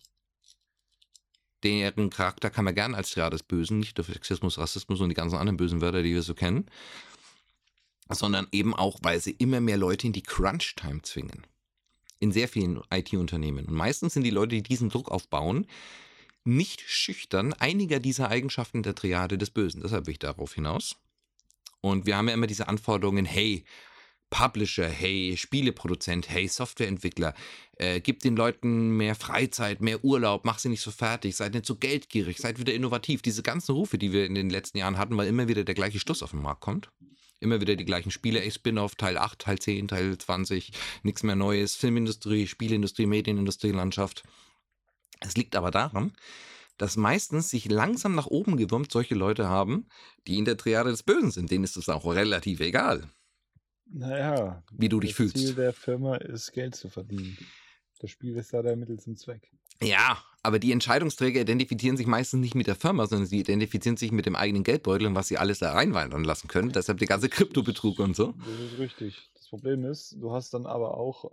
deren Charakter kann man gerne als Triade des Bösen, nicht durch Sexismus, Rassismus und die ganzen anderen bösen Wörter, die wir so kennen, sondern eben auch, weil sie immer mehr Leute in die Crunch-Time zwingen. In sehr vielen IT-Unternehmen. Und meistens sind die Leute, die diesen Druck aufbauen, nicht schüchtern einiger dieser Eigenschaften der Triade des Bösen. Deshalb will ich darauf hinaus. Und wir haben ja immer diese Anforderungen, hey, Publisher, hey, Spieleproduzent, hey, Softwareentwickler, gib den Leuten mehr Freizeit, mehr Urlaub, mach sie nicht so fertig, seid nicht so geldgierig, seid wieder innovativ. Diese ganzen Rufe, die wir in den letzten Jahren hatten, weil immer wieder der gleiche Schluss auf den Markt kommt. Immer wieder die gleichen Spiele, Spin-off, Teil 8, Teil 10, Teil 20, nichts mehr Neues, Filmindustrie, Spielindustrie, Medienindustrie, Landschaft. Es liegt aber daran, dass meistens sich langsam nach oben gewürmt solche Leute haben, die in der Triade des Bösen sind. Denen ist es auch relativ egal, Naja, wie du dich das fühlst. Ziel der Firma ist, Geld zu verdienen. Das Spiel ist da der Mittel zum Zweck. Ja, aber die Entscheidungsträger identifizieren sich meistens nicht mit der Firma, sondern sie identifizieren sich mit dem eigenen Geldbeutel und was sie alles da reinwandern lassen können. Deshalb der ganze Kryptobetrug und so. Das ist richtig. Das Problem ist, du hast dann aber auch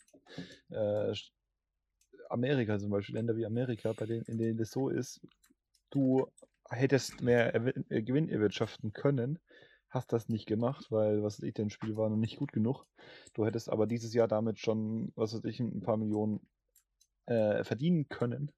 Amerika zum Beispiel, Länder wie Amerika, in denen das so ist, du hättest mehr Gewinn erwirtschaften können, hast das nicht gemacht, weil, was weiß ich, dein Spiel war noch nicht gut genug. Du hättest aber dieses Jahr damit schon, was weiß ich, ein paar Millionen verdienen können.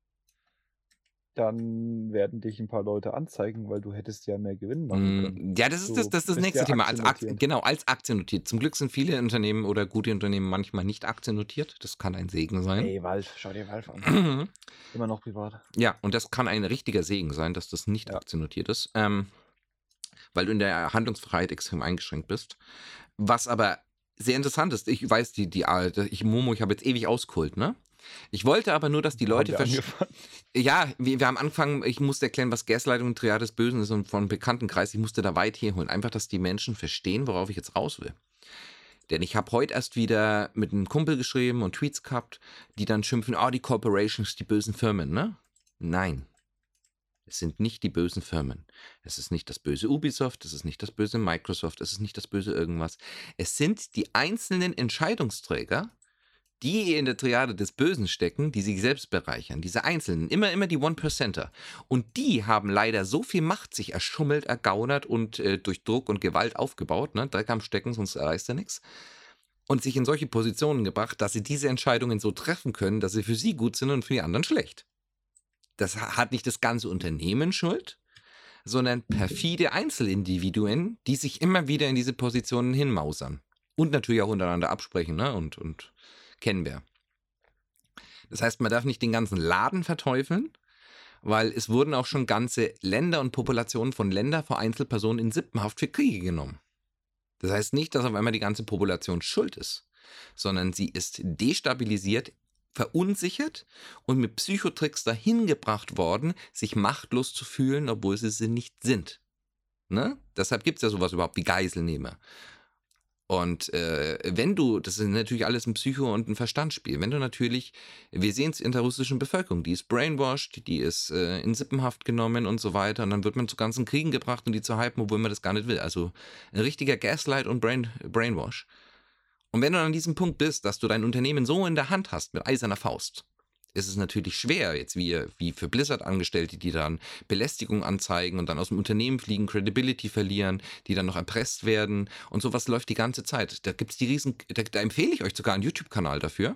Dann werden dich ein paar Leute anzeigen, weil du hättest ja mehr Gewinn machen können. Ja, das ist das nächste Thema. Als Aktien notiert. Zum Glück sind viele Unternehmen oder gute Unternehmen manchmal nicht aktiennotiert. Das kann ein Segen sein. Ey, Valve, schau dir Valve an. Immer noch privat. Ja, und das kann ein richtiger Segen sein, dass das nicht aktiennotiert ist, weil du in der Handlungsfreiheit extrem eingeschränkt bist. Was aber sehr interessant ist, ich weiß, ich habe jetzt ewig ausgeholt, ne? Ich wollte aber nur, dass die Leute verstehen. Ja, wir haben angefangen, ich musste erklären, was Gaslighting und Triade des Bösen ist und von Bekanntenkreis, ich musste da weit herholen. Einfach, dass die Menschen verstehen, worauf ich jetzt raus will. Denn ich habe heute erst wieder mit einem Kumpel geschrieben und Tweets gehabt, die dann schimpfen, die Corporations, die bösen Firmen, ne? Nein. Es sind nicht die bösen Firmen. Es ist nicht das böse Ubisoft, es ist nicht das böse Microsoft, es ist nicht das böse irgendwas. Es sind die einzelnen Entscheidungsträger, die in der Triade des Bösen stecken, die sich selbst bereichern, diese Einzelnen, immer die One-Percenter. Und die haben leider so viel Macht sich erschummelt, ergaunert und durch Druck und Gewalt aufgebaut, ne? Dreck am Stecken, sonst erreichst du nichts. Und sich in solche Positionen gebracht, dass sie diese Entscheidungen so treffen können, dass sie für sie gut sind und für die anderen schlecht. Das hat nicht das ganze Unternehmen Schuld, sondern perfide Einzelindividuen, die sich immer wieder in diese Positionen hinmausern. Und natürlich auch untereinander absprechen, ne? Und kennen wir. Das heißt, man darf nicht den ganzen Laden verteufeln, weil es wurden auch schon ganze Länder und Populationen von Ländern vor Einzelpersonen in Sippenhaft für Kriege genommen. Das heißt nicht, dass auf einmal die ganze Population schuld ist, sondern sie ist destabilisiert, verunsichert und mit Psychotricks dahin gebracht worden, sich machtlos zu fühlen, obwohl sie es nicht sind. Ne? Deshalb gibt es ja sowas überhaupt wie Geiselnehmer. Und wenn du, das ist natürlich alles ein Psycho- und ein Verstandsspiel, wenn du natürlich, wir sehen es in der russischen Bevölkerung, die ist brainwashed, die ist in Sippenhaft genommen und so weiter, und dann wird man zu ganzen Kriegen gebracht und die zu hypen, obwohl man das gar nicht will. Also ein richtiger Gaslight und Brainwash. Und wenn du an diesem Punkt bist, dass du dein Unternehmen so in der Hand hast, mit eiserner Faust, ist es natürlich schwer, jetzt wie für Blizzard-Angestellte, die dann Belästigung anzeigen und dann aus dem Unternehmen fliegen, Credibility verlieren, die dann noch erpresst werden und sowas läuft die ganze Zeit. Da gibt es da empfehle ich euch sogar einen YouTube-Kanal dafür.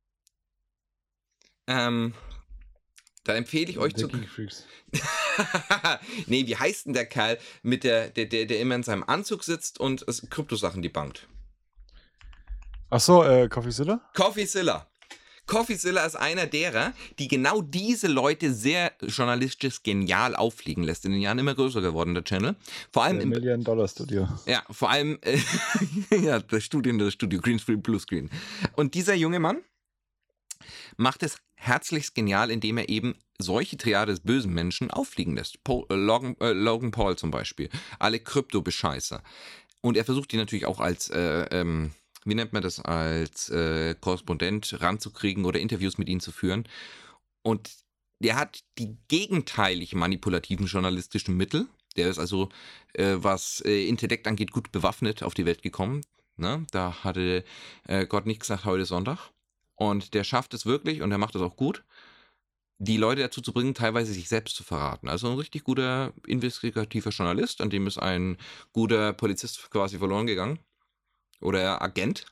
Da empfehle ich euch Der Geekfreaks. Nee, wie heißt denn der Kerl, mit der immer in seinem Anzug sitzt und Kryptosachen debunked? Achso, CoffeeZilla? CoffeeZilla. CoffeeZilla ist einer derer, die genau diese Leute sehr journalistisch genial auffliegen lässt. In den Jahren immer größer geworden, der Channel. Vor allem im Million-Dollar-Studio. Ja, vor allem ja, das Studio, Greenscreen, Bluescreen. Und dieser junge Mann macht es herzlichst genial, indem er eben solche Triade des bösen Menschen auffliegen lässt. Logan Paul zum Beispiel. Alle Krypto-Bescheißer. Und er versucht die natürlich auch als wie nennt man das, als Korrespondent ranzukriegen oder Interviews mit ihnen zu führen. Und der hat die gegenteilig manipulativen journalistischen Mittel. Der ist also, was Intellekt angeht, gut bewaffnet auf die Welt gekommen. Ne? Da hatte Gott nicht gesagt, heute ist Sonntag. Und der schafft es wirklich, und er macht es auch gut, die Leute dazu zu bringen, teilweise sich selbst zu verraten. Also ein richtig guter investigativer Journalist, an dem ist ein guter Polizist quasi verloren gegangen. Oder Agent.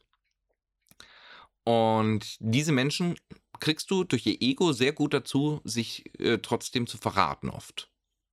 Und diese Menschen kriegst du durch ihr Ego sehr gut dazu, sich trotzdem zu verraten oft.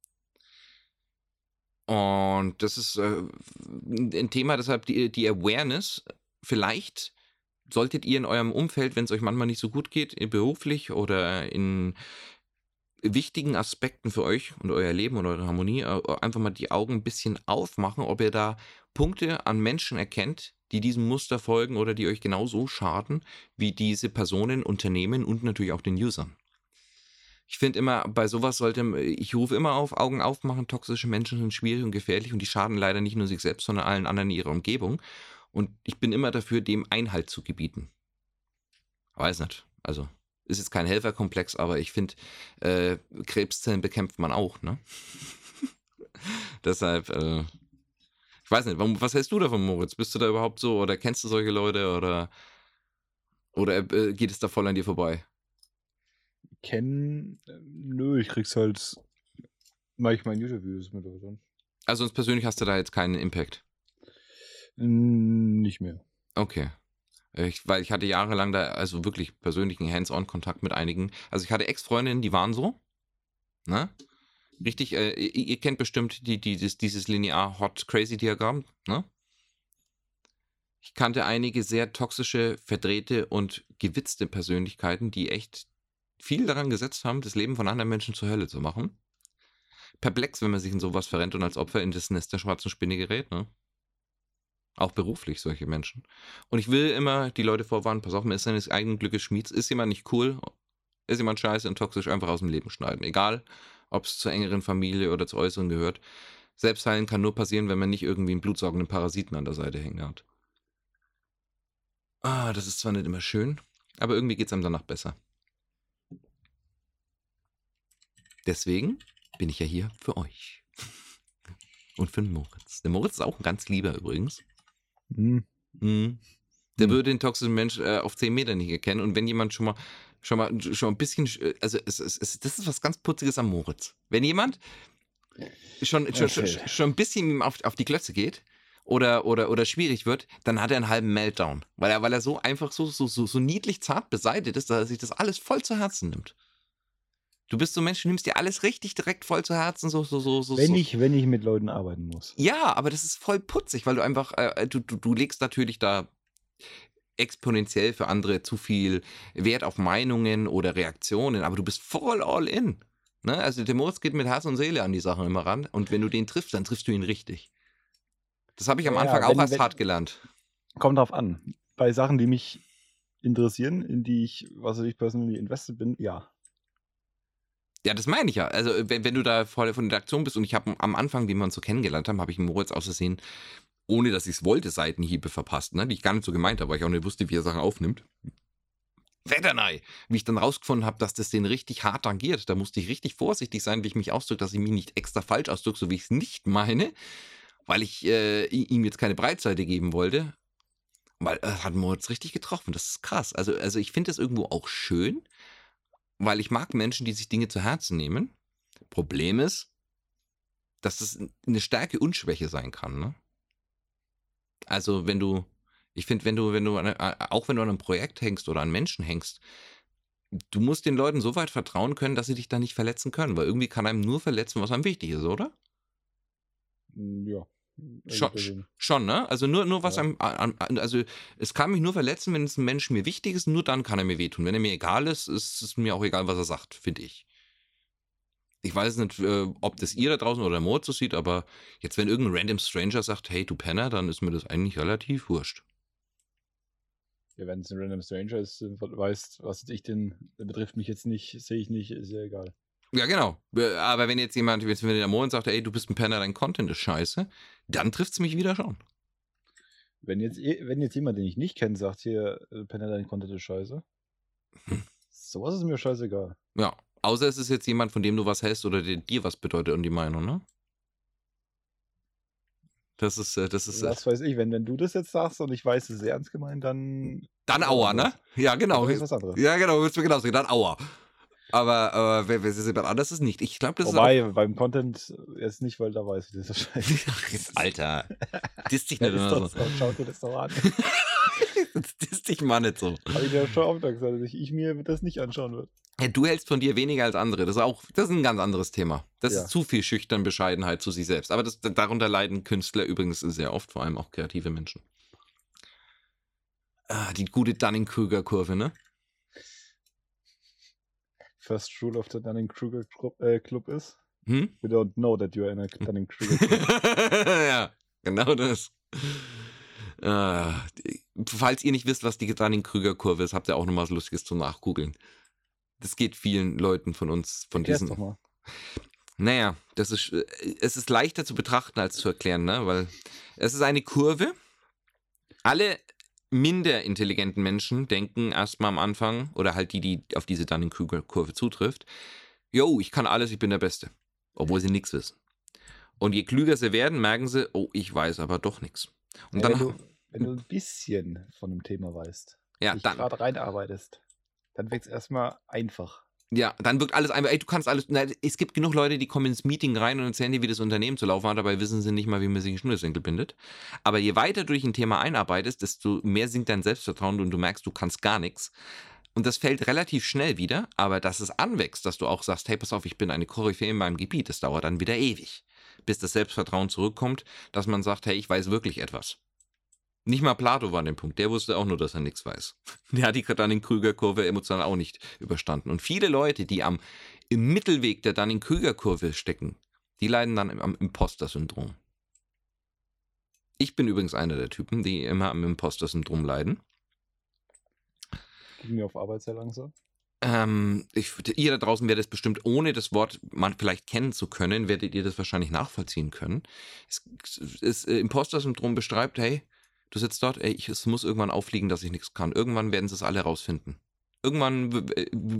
Und das ist ein Thema, deshalb die Awareness. Vielleicht solltet ihr in eurem Umfeld, wenn es euch manchmal nicht so gut geht, beruflich oder in wichtigen Aspekten für euch und euer Leben und eure Harmonie, einfach mal die Augen ein bisschen aufmachen, ob ihr da Punkte an Menschen erkennt, die diesem Muster folgen oder die euch genauso schaden, wie diese Personen, Unternehmen und natürlich auch den Usern. Ich finde immer, bei sowas ich rufe immer auf, Augen aufmachen, toxische Menschen sind schwierig und gefährlich und die schaden leider nicht nur sich selbst, sondern allen anderen in ihrer Umgebung. Und ich bin immer dafür, dem Einhalt zu gebieten. Weiß nicht, also ist jetzt kein Helferkomplex, aber ich finde, Krebszellen bekämpft man auch, ne? Deshalb, ich weiß nicht, was hältst du davon, Moritz? Bist du da überhaupt so oder kennst du solche Leute oder geht es da voll an dir vorbei? Nö, ich krieg's halt manchmal in YouTube-Videos mit oder sonst. Also uns persönlich hast du da jetzt keinen Impact? Nicht mehr. Okay. Weil ich hatte jahrelang da also wirklich persönlichen Hands-on-Kontakt mit einigen. Also ich hatte Ex-Freundinnen, die waren so, ne? Richtig, ihr kennt bestimmt dieses Linear-Hot-Crazy-Diagramm, ne? Ich kannte einige sehr toxische, verdrehte und gewitzte Persönlichkeiten, die echt viel daran gesetzt haben, das Leben von anderen Menschen zur Hölle zu machen. Perplex, wenn man sich in sowas verrennt und als Opfer in das Nest der schwarzen Spinne gerät, ne? Auch beruflich, solche Menschen. Und ich will immer die Leute vorwarnen, pass auf, man ist seines eigenen Glückes Schmieds. Ist jemand nicht cool, ist jemand scheiße und toxisch, einfach aus dem Leben schneiden. Egal, ob es zur engeren Familie oder zur äußeren gehört. Selbstheilen kann nur passieren, wenn man nicht irgendwie einen blutsaugenden Parasiten an der Seite hängen hat. Das ist zwar nicht immer schön, aber irgendwie geht es einem danach besser. Deswegen bin ich ja hier für euch. Und für den Moritz. Der Moritz ist auch ein ganz lieber übrigens. Mhm. Der würde den toxischen Mensch auf 10 Meter nicht erkennen. Und wenn jemand schon ein bisschen, also das ist was ganz Putziges am Moritz. Wenn jemand schon ein bisschen ihm auf die Klötze geht oder schwierig wird, dann hat er einen halben Meltdown. Weil er so einfach so niedlich zart beseitigt ist, dass er sich das alles voll zu Herzen nimmt. Du bist so ein Mensch, du nimmst dir alles richtig direkt voll zu Herzen. Wenn ich mit Leuten arbeiten muss. Ja, aber das ist voll putzig, weil du einfach, du legst natürlich da exponentiell für andere zu viel Wert auf Meinungen oder Reaktionen, aber du bist voll all in. Ne? Also der Moritz geht mit Herz und Seele an die Sachen immer ran und wenn du den triffst, dann triffst du ihn richtig. Das habe ich am Anfang auch erst hart gelernt. Kommt drauf an. Bei Sachen, die mich interessieren, in die ich persönlich invested bin, ja. Ja, das meine ich ja. Also wenn du da voll von der Aktion bist und ich habe am Anfang, wie wir uns so kennengelernt haben, habe ich Moritz aus Versehen, ohne dass ich es wollte, Seitenhiebe verpasst, ne? Die ich gar nicht so gemeint habe, weil ich auch nicht wusste, wie er Sachen aufnimmt. Wetternei! Wie ich dann rausgefunden habe, dass das den richtig hart tangiert. Da musste ich richtig vorsichtig sein, wie ich mich ausdrücke, dass ich mich nicht extra falsch ausdrücke, so wie ich es nicht meine, weil ich ihm jetzt keine Breitseite geben wollte. Weil hat Moritz richtig getroffen. Das ist krass. Also ich finde das irgendwo auch schön, weil ich mag Menschen, die sich Dinge zu Herzen nehmen. Problem ist, dass das eine Stärke und Schwäche sein kann, ne? Also ich finde, wenn du auch wenn du an einem Projekt hängst oder an Menschen hängst, du musst den Leuten so weit vertrauen können, dass sie dich da nicht verletzen können, weil irgendwie kann einem nur verletzen, was einem wichtig ist, oder? Ja. Schon, ne? Also nur was Ja. also es kann mich nur verletzen, wenn es ein Mensch mir wichtig ist, nur dann kann er mir wehtun. Wenn er mir egal ist, ist es mir auch egal, was er sagt, finde ich. Ich weiß nicht, ob das ihr da draußen oder der Moritz so sieht, aber jetzt, wenn irgendein random Stranger sagt, hey, du Penner, dann ist mir das eigentlich relativ wurscht. Ja, wenn es ein random Stranger ist, weißt, der betrifft mich jetzt nicht, sehe ich nicht, ist ja egal. Ja, genau. Aber wenn jetzt wenn der Moritz sagt, ey, du bist ein Penner, dein Content ist scheiße, dann trifft es mich wieder schon. Wenn jetzt jemand, den ich nicht kenne, sagt hier, Penner, dein Content ist scheiße, sowas ist mir scheißegal. Ja, außer es ist jetzt jemand, von dem du was hältst oder dir was bedeutet und die Meinung, ne? Das ist. Was weiß ich, wenn du das jetzt sagst und ich weiß, es ist ernst gemeint, dann. Dann Aua, ne? Ja, genau. Das ist was anderes. Ja, genau, willst du mir genau sagen, dann Aua. Aber wer es jemand anders ist, nicht. Ich glaube, das Wobei, ist. Wobei, beim Content jetzt nicht, weil da weiß ich das wahrscheinlich. Alter. Disst dich nicht immer so. Schau dir das doch an. Disst dich mal nicht so. Habe ich ja schon aufmerksam gesagt, dass ich mir das nicht anschauen würde. Ja, du hältst von dir weniger als andere. Das ist ein ganz anderes Thema. Das ist zu viel schüchtern Bescheidenheit zu sich selbst. Aber darunter leiden Künstler übrigens sehr oft, vor allem auch kreative Menschen. Die gute Dunning-Kruger-Kurve, ne? First rule of the Dunning-Kruger Club ist, We don't know that you are in a Dunning-Kruger Club. Ja, genau das. Falls ihr nicht wisst, was die Dunning-Kruger-Kurve ist, habt ihr auch noch was Lustiges zum Nachgoogeln. Das geht vielen Leuten von uns, von diesen. Doch mal. Naja, es ist leichter zu betrachten als zu erklären, ne? Weil es ist eine Kurve. Alle minder intelligenten Menschen denken erstmal am Anfang, oder halt die auf diese Dunning-Kruger-Kurve zutrifft, yo, ich kann alles, ich bin der Beste. Obwohl sie nichts wissen. Und je klüger sie werden, merken sie, oh, ich weiß aber doch nichts. Und Ja, dann, wenn du ein bisschen von dem Thema weißt, ja, dich dann gerade reinarbeitest, dann wird es erstmal einfach. Ja, dann wirkt alles einfach, ey, du kannst alles. Na, es gibt genug Leute, die kommen ins Meeting rein und erzählen dir, wie das Unternehmen zu laufen hat, dabei wissen sie nicht mal, wie man sich einen Schnürsenkel bindet. Aber je weiter du dich in ein Thema einarbeitest, desto mehr sinkt dein Selbstvertrauen und du merkst, du kannst gar nichts. Und das fällt relativ schnell wieder, aber dass es anwächst, dass du auch sagst, hey, pass auf, ich bin eine Koryphäe in meinem Gebiet, das dauert dann wieder ewig, bis das Selbstvertrauen zurückkommt, dass man sagt, hey, ich weiß wirklich etwas. Nicht mal Plato war an dem Punkt. Der wusste auch nur, dass er nichts weiß. Der hat die Dunning-Kruger-Kurve emotional auch nicht überstanden. Und viele Leute, die im Mittelweg der Dunning-Kruger-Kurve stecken, die leiden dann am Imposter-Syndrom. Ich bin übrigens einer der Typen, die immer am Imposter-Syndrom leiden. Ging mir auf Arbeit sehr langsam. Ihr da draußen werdet es bestimmt, ohne das Wort man vielleicht kennen zu können, werdet ihr das wahrscheinlich nachvollziehen können. Imposter-Syndrom beschreibt, hey, du sitzt dort, ey, es muss irgendwann auffliegen, dass ich nichts kann. Irgendwann werden sie es alle rausfinden. Irgendwann,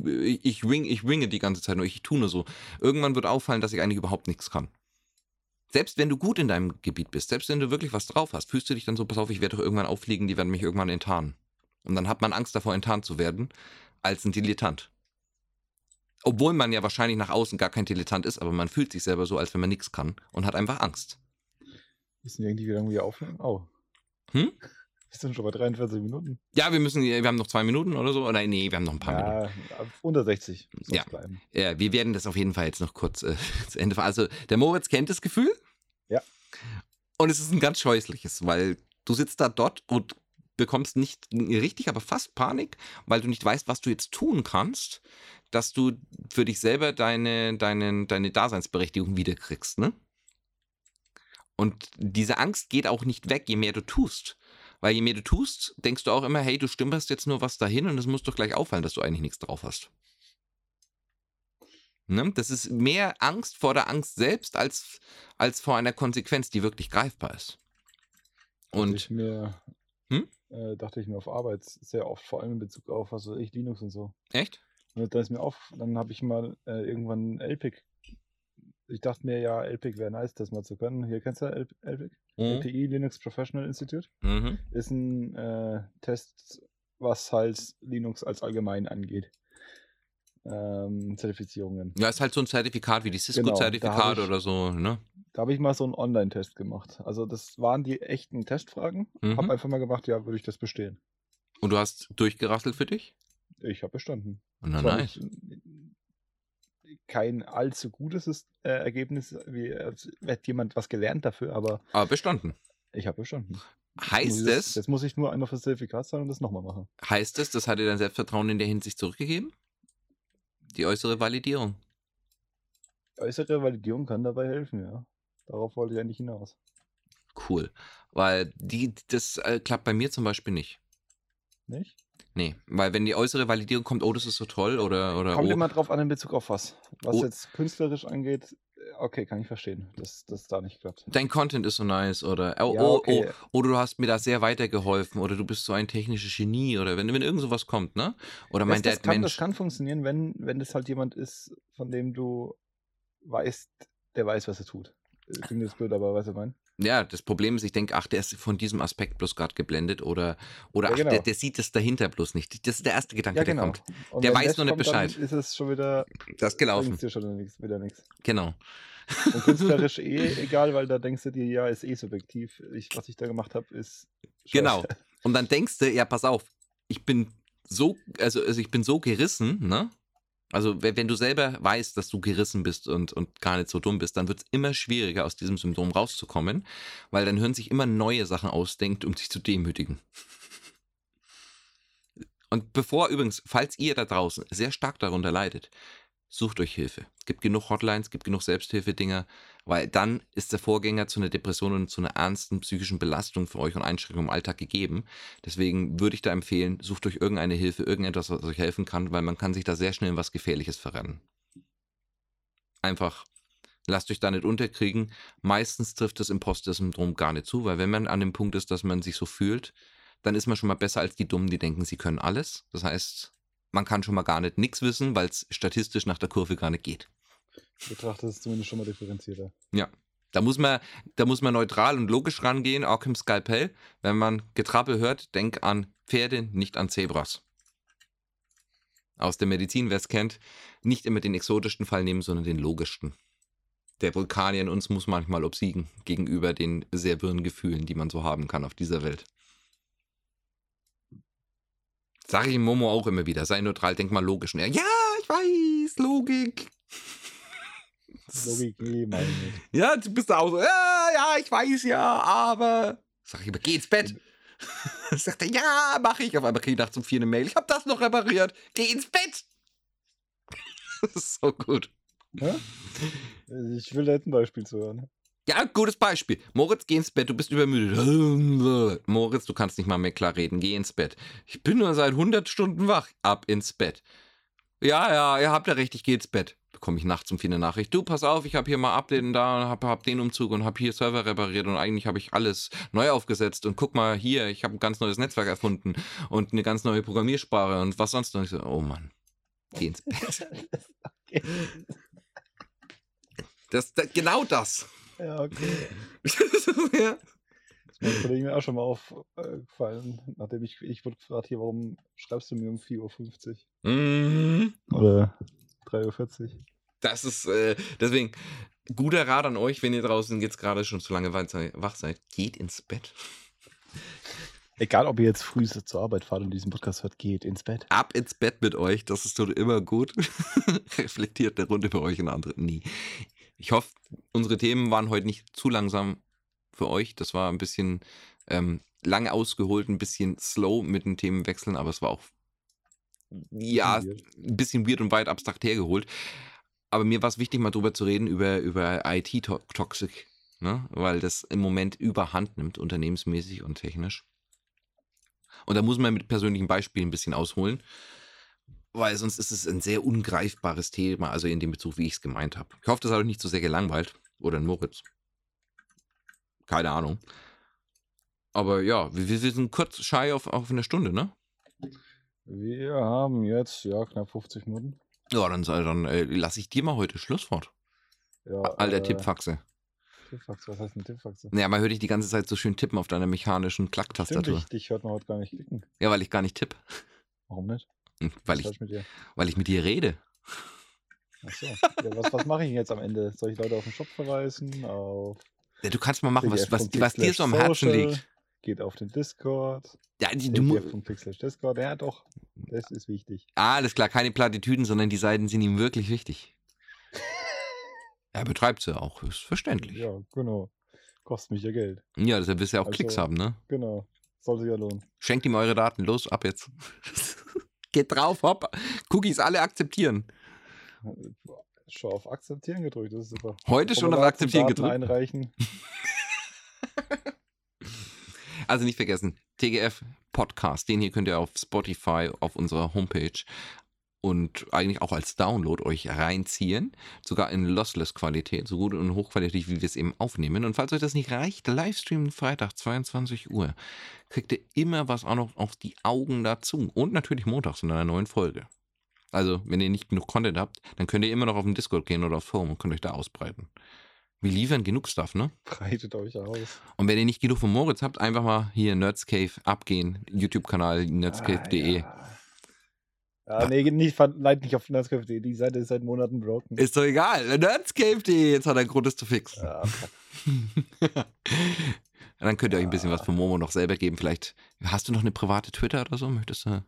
ich winge die ganze Zeit nur, ich tue nur so. Irgendwann wird auffallen, dass ich eigentlich überhaupt nichts kann. Selbst wenn du gut in deinem Gebiet bist, selbst wenn du wirklich was drauf hast, fühlst du dich dann so, pass auf, ich werde doch irgendwann auffliegen, die werden mich irgendwann enttarnen. Und dann hat man Angst davor, enttarnt zu werden, als ein Dilettant. Obwohl man ja wahrscheinlich nach außen gar kein Dilettant ist, aber man fühlt sich selber so, als wenn man nichts kann und hat einfach Angst. Müssen wir irgendwie wieder aufnehmen? Oh. Hm? Wir sind schon bei 43 Minuten. Ja, wir haben noch 2 Minuten oder so. Oder nee, wir haben noch ein paar Minuten. Ja, unter 60 soll Ja. es bleiben. Ja, wir werden das auf jeden Fall jetzt noch kurz zu Ende fahren. Also, der Moritz kennt das Gefühl. Ja. Und es ist ein ganz scheußliches, weil du sitzt da dort und bekommst nicht richtig, aber fast Panik, weil du nicht weißt, was du jetzt tun kannst, dass du für dich selber deine Daseinsberechtigung wiederkriegst, ne? Und diese Angst geht auch nicht weg, je mehr du tust. Weil je mehr du tust, denkst du auch immer, hey, du stümperst jetzt nur was dahin und es muss doch gleich auffallen, dass du eigentlich nichts drauf hast. Ne? Das ist mehr Angst vor der Angst selbst als vor einer Konsequenz, die wirklich greifbar ist. Und dachte ich mir auf Arbeit sehr oft, vor allem in Bezug auf, was weiß ich, Linux und so. Echt? Und da ist mir dann habe ich mal irgendwann LPIC. Ich dachte mir, ja, LPIC wäre nice, das mal zu können. Hier kennst du LPIC? LPI, Linux Professional Institute. Ist ein Test, was halt Linux als allgemein angeht. Zertifizierungen. Ja, ist halt so ein Zertifikat wie die Cisco-Zertifikat oder so, ne? Da habe ich mal so einen Online-Test gemacht. Also das waren die echten Testfragen. Habe einfach mal gemacht, ja, würde ich das bestehen. Und du hast durchgerasselt für dich? Ich habe bestanden. Na, nice. Kein allzu gutes Ergebnis, wie hat jemand was gelernt dafür, aber bestanden. Ich habe bestanden. Heißt es? Jetzt muss ich nur einmal fürs Zertifikat zahlen und das nochmal machen. Heißt es, das hat dir dein Selbstvertrauen in der Hinsicht zurückgegeben? Die äußere Validierung. Die äußere Validierung kann dabei helfen, ja. Darauf wollte ich eigentlich hinaus. Cool. Weil das klappt bei mir zum Beispiel nicht. Nicht? Nee, weil wenn die äußere Validierung kommt, oh, das ist so toll oder kommt immer drauf an in Bezug auf was. Was jetzt künstlerisch angeht, okay, kann ich verstehen, dass das da nicht klappt. Dein Content ist so nice oder du hast mir da sehr weitergeholfen oder du bist so ein technisches Genie oder wenn irgend sowas kommt, ne? Oder mein Dad, Mensch. Das kann funktionieren, wenn das halt jemand ist, von dem du weißt, der weiß, was er tut. Klingt jetzt blöd, aber weißt du, was ich meine? Ja, das Problem ist, ich denke, der ist von diesem Aspekt bloß gerade geblendet oder genau. der sieht es dahinter bloß nicht. Das ist der erste Gedanke, der kommt. Und der weiß nur nicht Bescheid. Dann ist es schon wieder... Das gelaufen. Dir schon wieder nichts. Genau. Und künstlerisch egal, weil da denkst du dir, ja, ist subjektiv. Was ich da gemacht habe, ist... Scheiße. Genau. Und dann denkst du, ja, pass auf, ich bin so gerissen, ne? Also wenn du selber weißt, dass du gerissen bist und gar nicht so dumm bist, dann wird es immer schwieriger, aus diesem Symptom rauszukommen, weil dann hören sich immer neue Sachen ausdenkt, um sich zu demütigen. Und übrigens, falls ihr da draußen sehr stark darunter leidet, sucht euch Hilfe. Es gibt genug Hotlines, es gibt genug Selbsthilfedinger, weil dann ist der Vorgänger zu einer Depression und zu einer ernsten psychischen Belastung für euch und Einschränkung im Alltag gegeben. Deswegen würde ich da empfehlen, sucht euch irgendeine Hilfe, irgendetwas, was euch helfen kann, weil man kann sich da sehr schnell in was Gefährliches verrennen. Einfach lasst euch da nicht unterkriegen. Meistens trifft das Imposter-Syndrom gar nicht zu, weil wenn man an dem Punkt ist, dass man sich so fühlt, dann ist man schon mal besser als die Dummen, die denken, sie können alles. Das heißt, man kann schon mal gar nicht nichts wissen, weil es statistisch nach der Kurve gar nicht geht. Betrachtet es zumindest schon mal differenzierter. Ja, da muss man neutral und logisch rangehen, auch im Skalpell. Wenn man Getrappel hört, denk an Pferde, nicht an Zebras. Aus der Medizin, wer es kennt, nicht immer den exotischsten Fall nehmen, sondern den logischsten. Der Vulkanier in uns muss manchmal obsiegen gegenüber den sehr wirren Gefühlen, die man so haben kann auf dieser Welt. Sag ich Momo auch immer wieder, sei neutral, denk mal logisch. Und ja, ich weiß, Logik. Logik, meine ich. Ja, du bist da auch so, ja, ich weiß ja, aber... Sag ich immer, geh ins Bett. Sagt er, ja, mach ich. Auf einmal kriege ich nachts um 4 eine Mail, ich hab das noch repariert. Geh ins Bett. Das ist so gut. Ja? Ich will da jetzt ein Beispiel zu hören. Ja, gutes Beispiel. Moritz, geh ins Bett, du bist übermüdet. Moritz, du kannst nicht mal mehr klar reden, geh ins Bett. Ich bin nur seit 100 Stunden wach. Ab ins Bett. Ja, ihr habt ja recht, ich geh ins Bett. Bekomme ich nachts um 4 eine Nachricht. Du, pass auf, ich habe hier mal Update und da, hab den Umzug und habe hier Server repariert und eigentlich habe ich alles neu aufgesetzt und guck mal hier, ich habe ein ganz neues Netzwerk erfunden und eine ganz neue Programmiersprache und was sonst noch. Ich so, oh Mann, geh ins Bett. Genau das. Ja, okay. Ja. Das ist meinem Kollegen auch schon mal aufgefallen, nachdem ich wurde gefragt, hier, warum schreibst du mir um 4:50 Mhm. Uhr? Oder 3:40 Uhr? Das ist, deswegen, guter Rat an euch, wenn ihr draußen jetzt gerade schon zu lange wach seid, geht ins Bett. Egal, ob ihr jetzt früh zur Arbeit fahrt und diesen Podcast hört, geht ins Bett. Ab ins Bett mit euch, das ist doch immer gut. Reflektiert eine Runde für euch und andere nie. Ich hoffe, unsere Themen waren heute nicht zu langsam für euch. Das war ein bisschen lang ausgeholt, ein bisschen slow mit den Themen wechseln, aber es war auch ja, ein bisschen weird und weit abstrakt hergeholt. Aber mir war es wichtig, mal drüber zu reden, über IT-Toxic, ne? Weil das im Moment überhand nimmt, unternehmensmäßig und technisch. Und da muss man mit persönlichen Beispielen ein bisschen ausholen, weil sonst ist es ein sehr ungreifbares Thema, also in dem Bezug, wie ich es gemeint habe. Ich hoffe, das hat euch nicht so sehr gelangweilt. Oder ein Moritz. Keine Ahnung. Aber ja, wir sind kurz shy auf eine Stunde, ne? Wir haben jetzt, knapp 50 Minuten. Ja, dann lasse ich dir mal heute Schlusswort. Ja, Alter Tippfaxe. Tippfaxe, was heißt eine Tippfaxe? Naja, man hört dich die ganze Zeit so schön tippen auf deiner mechanischen Klacktastatur. Stimmt, dich hört man heute gar nicht klicken. Ja, weil ich gar nicht tippe. Warum nicht? Weil ich mit dir rede. Achso. Ja, was mache ich jetzt am Ende? Soll ich Leute auf den Shop verweisen? Ja, du kannst mal machen, was dir so am Herzen liegt. Geht auf den Discord. Ja, Discord. Ja, doch. Das ist wichtig. Alles klar, keine Plattitüden, sondern die Seiten sind ihm wirklich wichtig. Er betreibt sie auch, ist verständlich. Ja, genau. Kostet mich ja Geld. Ja, deshalb wirst du ja auch Klicks haben, ne? Genau. Soll sich ja lohnen. Schenkt ihm eure Daten. Los, ab jetzt. Geht drauf, hopp. Cookies alle akzeptieren. Schon auf Akzeptieren gedrückt, das ist super. Heute schon auf Akzeptieren gedrückt. Einreichen. Also nicht vergessen, TGF Podcast, den hier könnt ihr auf Spotify, auf unserer Homepage und eigentlich auch als Download euch reinziehen. Sogar in Lossless-Qualität, so gut und hochqualitativ, wie wir es eben aufnehmen. Und falls euch das nicht reicht, Livestream Freitag, 22 Uhr, kriegt ihr immer was auch noch auf die Augen dazu. Und natürlich montags in einer neuen Folge. Also, wenn ihr nicht genug Content habt, dann könnt ihr immer noch auf den Discord gehen oder auf Forum und könnt euch da ausbreiten. Wir liefern genug Stuff, ne? Breitet euch aus. Und wenn ihr nicht genug von Moritz habt, einfach mal hier Nerdscave abgehen. YouTube-Kanal nerdscave.de. Nee, leid nicht auf nerdscave.de. Die Seite ist seit Monaten broken. Ist doch egal. Nerdscave.de, jetzt hat er Grund, das zu fixen. Ja, Dann könnt ihr euch ein bisschen was von Momo noch selber geben. Vielleicht hast du noch eine private Twitter oder so? Möchtest du?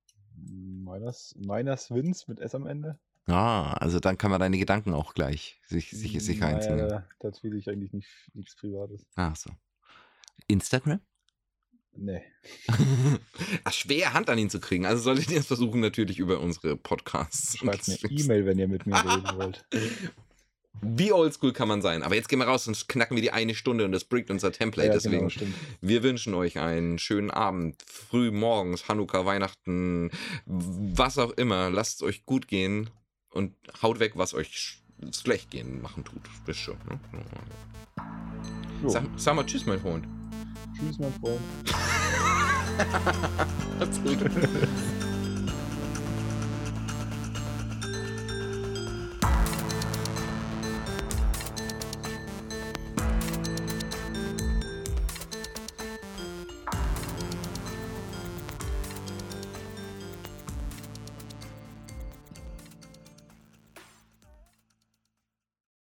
Meiner Swins mit S am Ende. Ah, also dann kann man deine Gedanken auch gleich sich reinziehen. Ja, da tweete ich eigentlich nichts Privates. Ach so. Instagram? Nee. Ach, schwer Hand an ihn zu kriegen. Also solltet ihr es versuchen, natürlich über unsere Podcasts. Schreibt eine E-Mail, wenn ihr mit mir reden wollt. Wie oldschool kann man sein? Aber jetzt gehen wir raus, sonst knacken wir die eine Stunde und das bringt unser Template. Ja, deswegen, genau, stimmt. Wir wünschen euch einen schönen Abend, früh morgens, Hanukkah, Weihnachten, was auch immer. Lasst es euch gut gehen und haut weg, was euch schlecht gehen machen tut. Wisst schon, ne? Sag mal Tschüss, mein Freund. Tschüss, mein Freund. Macht's gut.